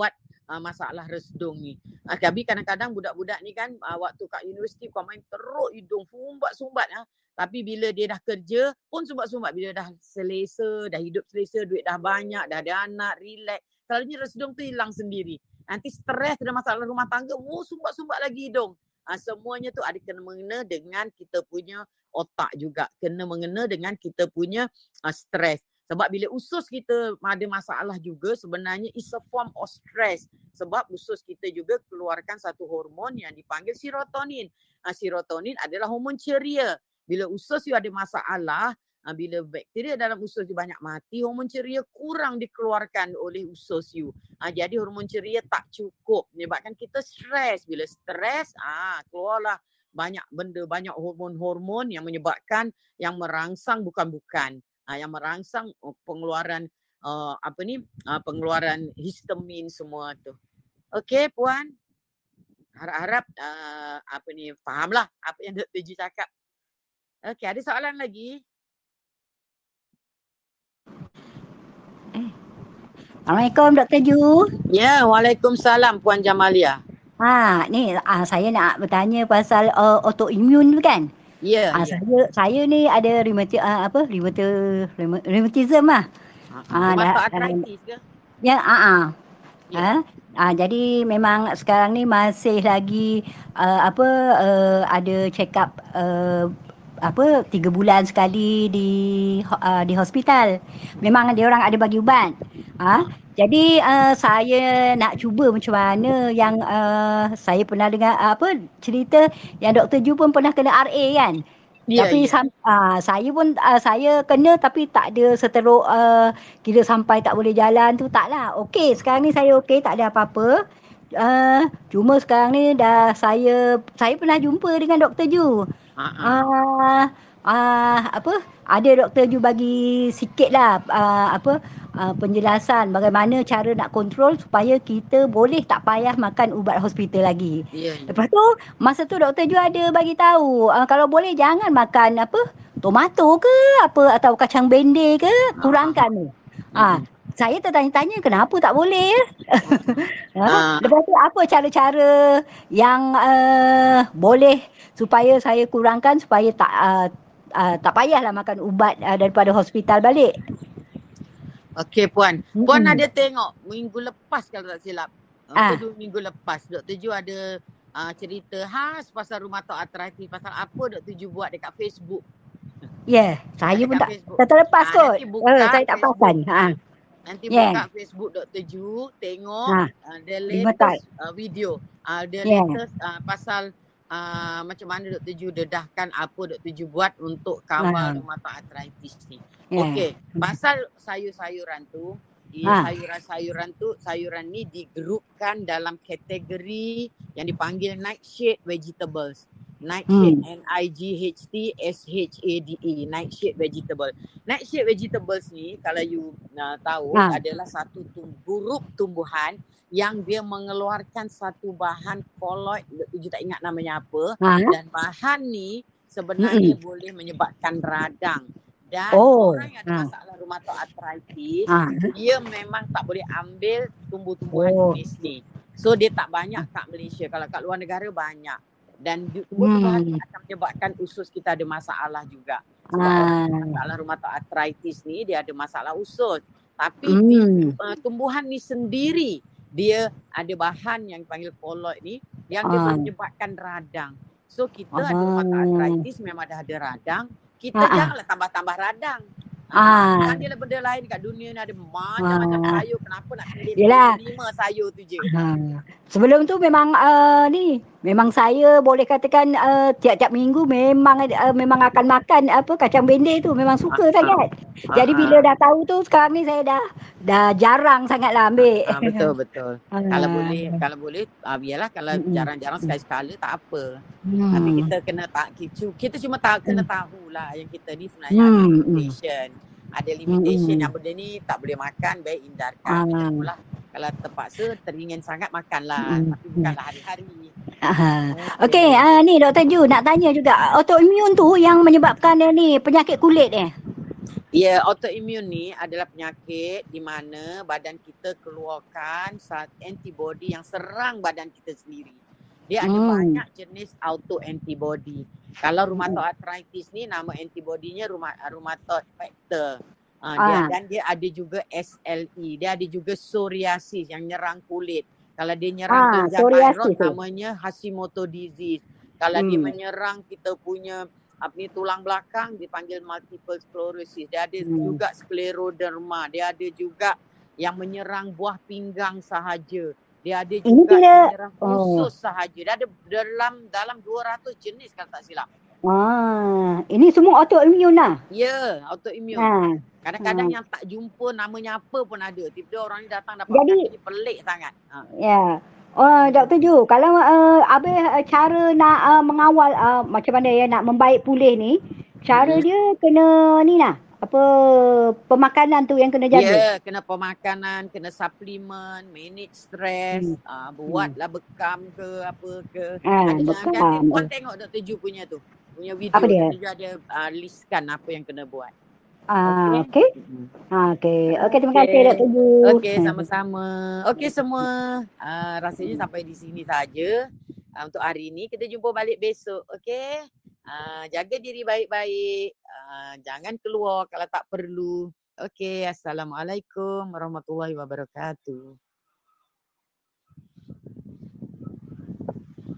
uh, masalah resdung ni. Uh, tapi kadang-kadang budak-budak ni kan uh, waktu kat universiti kau main teruk hidung, sumbat-sumbat. Uh, tapi bila dia dah kerja pun sumbat-sumbat. Bila dah selesa, dah hidup selesa, duit dah banyak, dah ada anak, relax. Selalunya resdung tu hilang sendiri. Nanti stres, ada masalah rumah tangga, oh sumbat-sumbat lagi hidung. Uh, semuanya tu ada kena mengena dengan kita punya otak juga. Kena mengena dengan kita punya uh, stres. Sebab bila usus kita ada masalah juga, sebenarnya is a form of stress. Sebab usus kita juga keluarkan satu hormon yang dipanggil serotonin. Uh, serotonin adalah hormon ceria. Bila usus you ada masalah, uh, bila bakteria dalam usus you banyak mati, hormon ceria kurang dikeluarkan oleh usus you. Uh, jadi hormon ceria tak cukup. Menyebabkan kita stres. Bila stres, ah keluarlah banyak benda, banyak hormon-hormon yang menyebabkan yang merangsang bukan-bukan. Uh, yang merangsang uh, pengeluaran uh, apa ni uh, pengeluaran histamin semua tu. Okey puan, harap-harap uh, apa ni fahamlah apa yang Doktor Ju cakap. Okey, ada soalan lagi? Eh. Assalamualaikum Doktor Ju. Ya, waalaikumsalam Puan Jamalia. Ha, ni ah, saya nak bertanya pasal uh, autoimmune tu kan? Ya, Ah, ya. saya saya ni ada rheumati, ah, apa rheumati, rheumatism lah. Ah, Rheumatoid dah- arthritis ke? Ya, ah, ah. Ya. Ah, ah, jadi memang sekarang ni masih lagi uh, apa uh, ada check up uh, apa tiga bulan sekali di ho- uh, di hospital. Memang dia orang ada bagi ubat. Ah, jadi uh, saya nak cuba macam mana yang uh, saya pernah dengar uh, apa cerita yang Doktor Ju pun pernah kena R A kan. Ya, Tapi ya. sam- uh, saya pun uh, saya kena tapi tak ada seteruk uh, kira sampai tak boleh jalan tu taklah. Okey, sekarang ni saya okey, tak ada apa-apa. Uh, cuma sekarang ni dah saya saya pernah jumpa dengan Doktor Ju. Ha ah. Ah, ah, apa ada Doktor Ju bagi sikitlah ah, apa ah, penjelasan bagaimana cara nak kontrol supaya kita boleh tak payah makan ubat hospital lagi. Ya, ya. Lepas tu masa tu Doktor Ju ada bagi tahu ah, kalau boleh jangan makan apa tomato ke apa atau kacang bende ke, kurangkan tu. Ah, saya tertanya-tanya kenapa tak boleh ya? Ha? Ah. Lepas tu apa cara-cara yang uh, boleh supaya saya kurangkan supaya tak uh, uh, tak payahlah makan ubat uh, daripada hospital balik. Okey Puan. Puan Mm-mm. ada tengok minggu lepas kalau tak silap. Ah. Atau dua minggu lepas Doktor Ju ada uh, cerita khas pasal rheumatoid arthritis. Pasal apa Doktor Ju buat dekat Facebook. Ya, yeah, saya pun Dekat tak Facebook. tak terlepas Ah, kot. nanti buka Uh, saya tak Facebook. perasan. Ha. Nanti Yeah. buka Facebook Doktor Ju, tengok Ha. uh, the Rheumatoid. latest uh, video. Uh, the Yeah. latest uh, pasal uh, macam mana Doktor Ju dedahkan apa Doktor Ju buat untuk kawal Ah. rheumatoid arthritis ni. Yeah. Okey, pasal sayur-sayuran tu, ia Ha. sayuran-sayuran tu, sayuran ni digrupkan dalam kategori yang dipanggil nightshade vegetables. Nightshade, Hmm. N I G H T S H A D E, nightshade vegetable. Nightshade vegetables ni kalau you uh, tahu Ha. adalah satu tum- grup tumbuhan yang dia mengeluarkan satu bahan koloid, you tak ingat namanya apa, Ha. dan bahan ni sebenarnya boleh menyebabkan radang. Dan Oh. orang yang ada Ha. masalah rheumatoid arthritis, Ha. dia memang tak boleh ambil tumbuh-tumbuhan Oh. jenis ni. So dia tak banyak kat Malaysia. Kalau kat luar negara banyak. Dan di- tumbuh-tumbuhan ni Hmm. akan menyebabkan usus kita ada masalah juga. Sebab Ah. orang yang masalah rheumatoid arthritis ni dia ada masalah usus. Tapi di, Hmm. uh, tumbuhan ni sendiri dia ada bahan yang dipanggil koloid ni yang dia Ah. boleh menyebabkan radang. So kita ada Ah. rheumatoid arthritis memang dah ada radang. Kita Ah, ah. janganlah tambah-tambah radang. Ah. Ah, dia lah benda lain kat dunia ni ada macam-macam Ah. sayur. Kenapa nak pilih Yelah. lima sayur tu je? Ha. Sebelum tu memang uh, ni memang saya boleh katakan uh, tiap-tiap minggu memang uh, memang akan makan apa kacang bende tu memang suka Ah, sangat. ah, Jadi ah. bila dah tahu tu sekarang ni saya dah dah jarang sangatlah ambil. Ah, betul betul. Ah. Kalau boleh kalau boleh ah, biarlah kalau Mm-mm. jarang-jarang sekali-sekala tak apa. Hmm. Tapi kita kena tak kita, kita cuma tahu kena tahulah yang kita ni sebenarnya Hmm, ada hmm. limitation. Ada limitation Hmm. yang benda ni tak boleh makan, baik hindarkan. Ah. Macam itulah. Kalau terpaksa teringin sangat makanlah, Hmm. tapi bukanlah hari-hari. Ah. Okey, ah, ni Doktor Ju nak tanya juga autoimmune tu yang menyebabkan eh, ni penyakit kulit eh. Ya, autoimmune ni adalah penyakit di mana badan kita keluarkan satu antibody yang serang badan kita sendiri. Dia ada Hmm. banyak jenis autoantibody. Kalau rheumatoid arthritis ni nama antibodinya rheumatoid factor. Uh, dia, Ah. dan dia ada juga S L E. Dia ada juga psoriasis yang nyerang kulit. Kalau dia nyerang Ah, kelenjar psoriasis thyroid tu. namanya Hashimoto disease. Kalau dia Hmm. menyerang kita punya apa ni tulang belakang dipanggil multiple sclerosis. Dia ada Hmm. juga scleroderma. Dia ada juga yang menyerang buah pinggang sahaja. Dia ada Ini juga bila yang menyerang oh. usus sahaja. Dia ada dalam dalam dua ratus jenis kalau tak silap. Ah, ini semua autoimmune lah. Ya, autoimmune. Ha. Kadang-kadang Ha. yang tak jumpa namanya apa pun ada. Tiba-tiba orang ni datang dapat Jadi, penyakit ni pelik sangat. Ha. ya. Oh, Doktor Ju, kalau uh, Abang uh, cara nak uh, mengawal uh, macam mana ya nak membaik pulih ni, cara Hmm. dia kena ni lah, apa pemakanan tu yang kena jaga. Ya, kena pemakanan, kena suplemen, manage stres, Hmm. uh, buatlah bekam ke apa ke. Ah, Ada bekam. nanti puan Oh. tengok Doktor Ju punya tu. Punya video. Apa dia? Doktor Ju ada uh, listkan apa yang kena buat. Ah, Okey. okey. Ah, okey. Okey, terima kasih Okey. Doktor Ju. Okey, sama-sama. Okey semua. Uh, rasanya sampai di sini saja. Uh, untuk hari ini kita jumpa balik besok. Okey. Uh, jaga diri baik-baik. Uh, jangan keluar kalau tak perlu. Okey, assalamualaikum warahmatullahi wabarakatuh.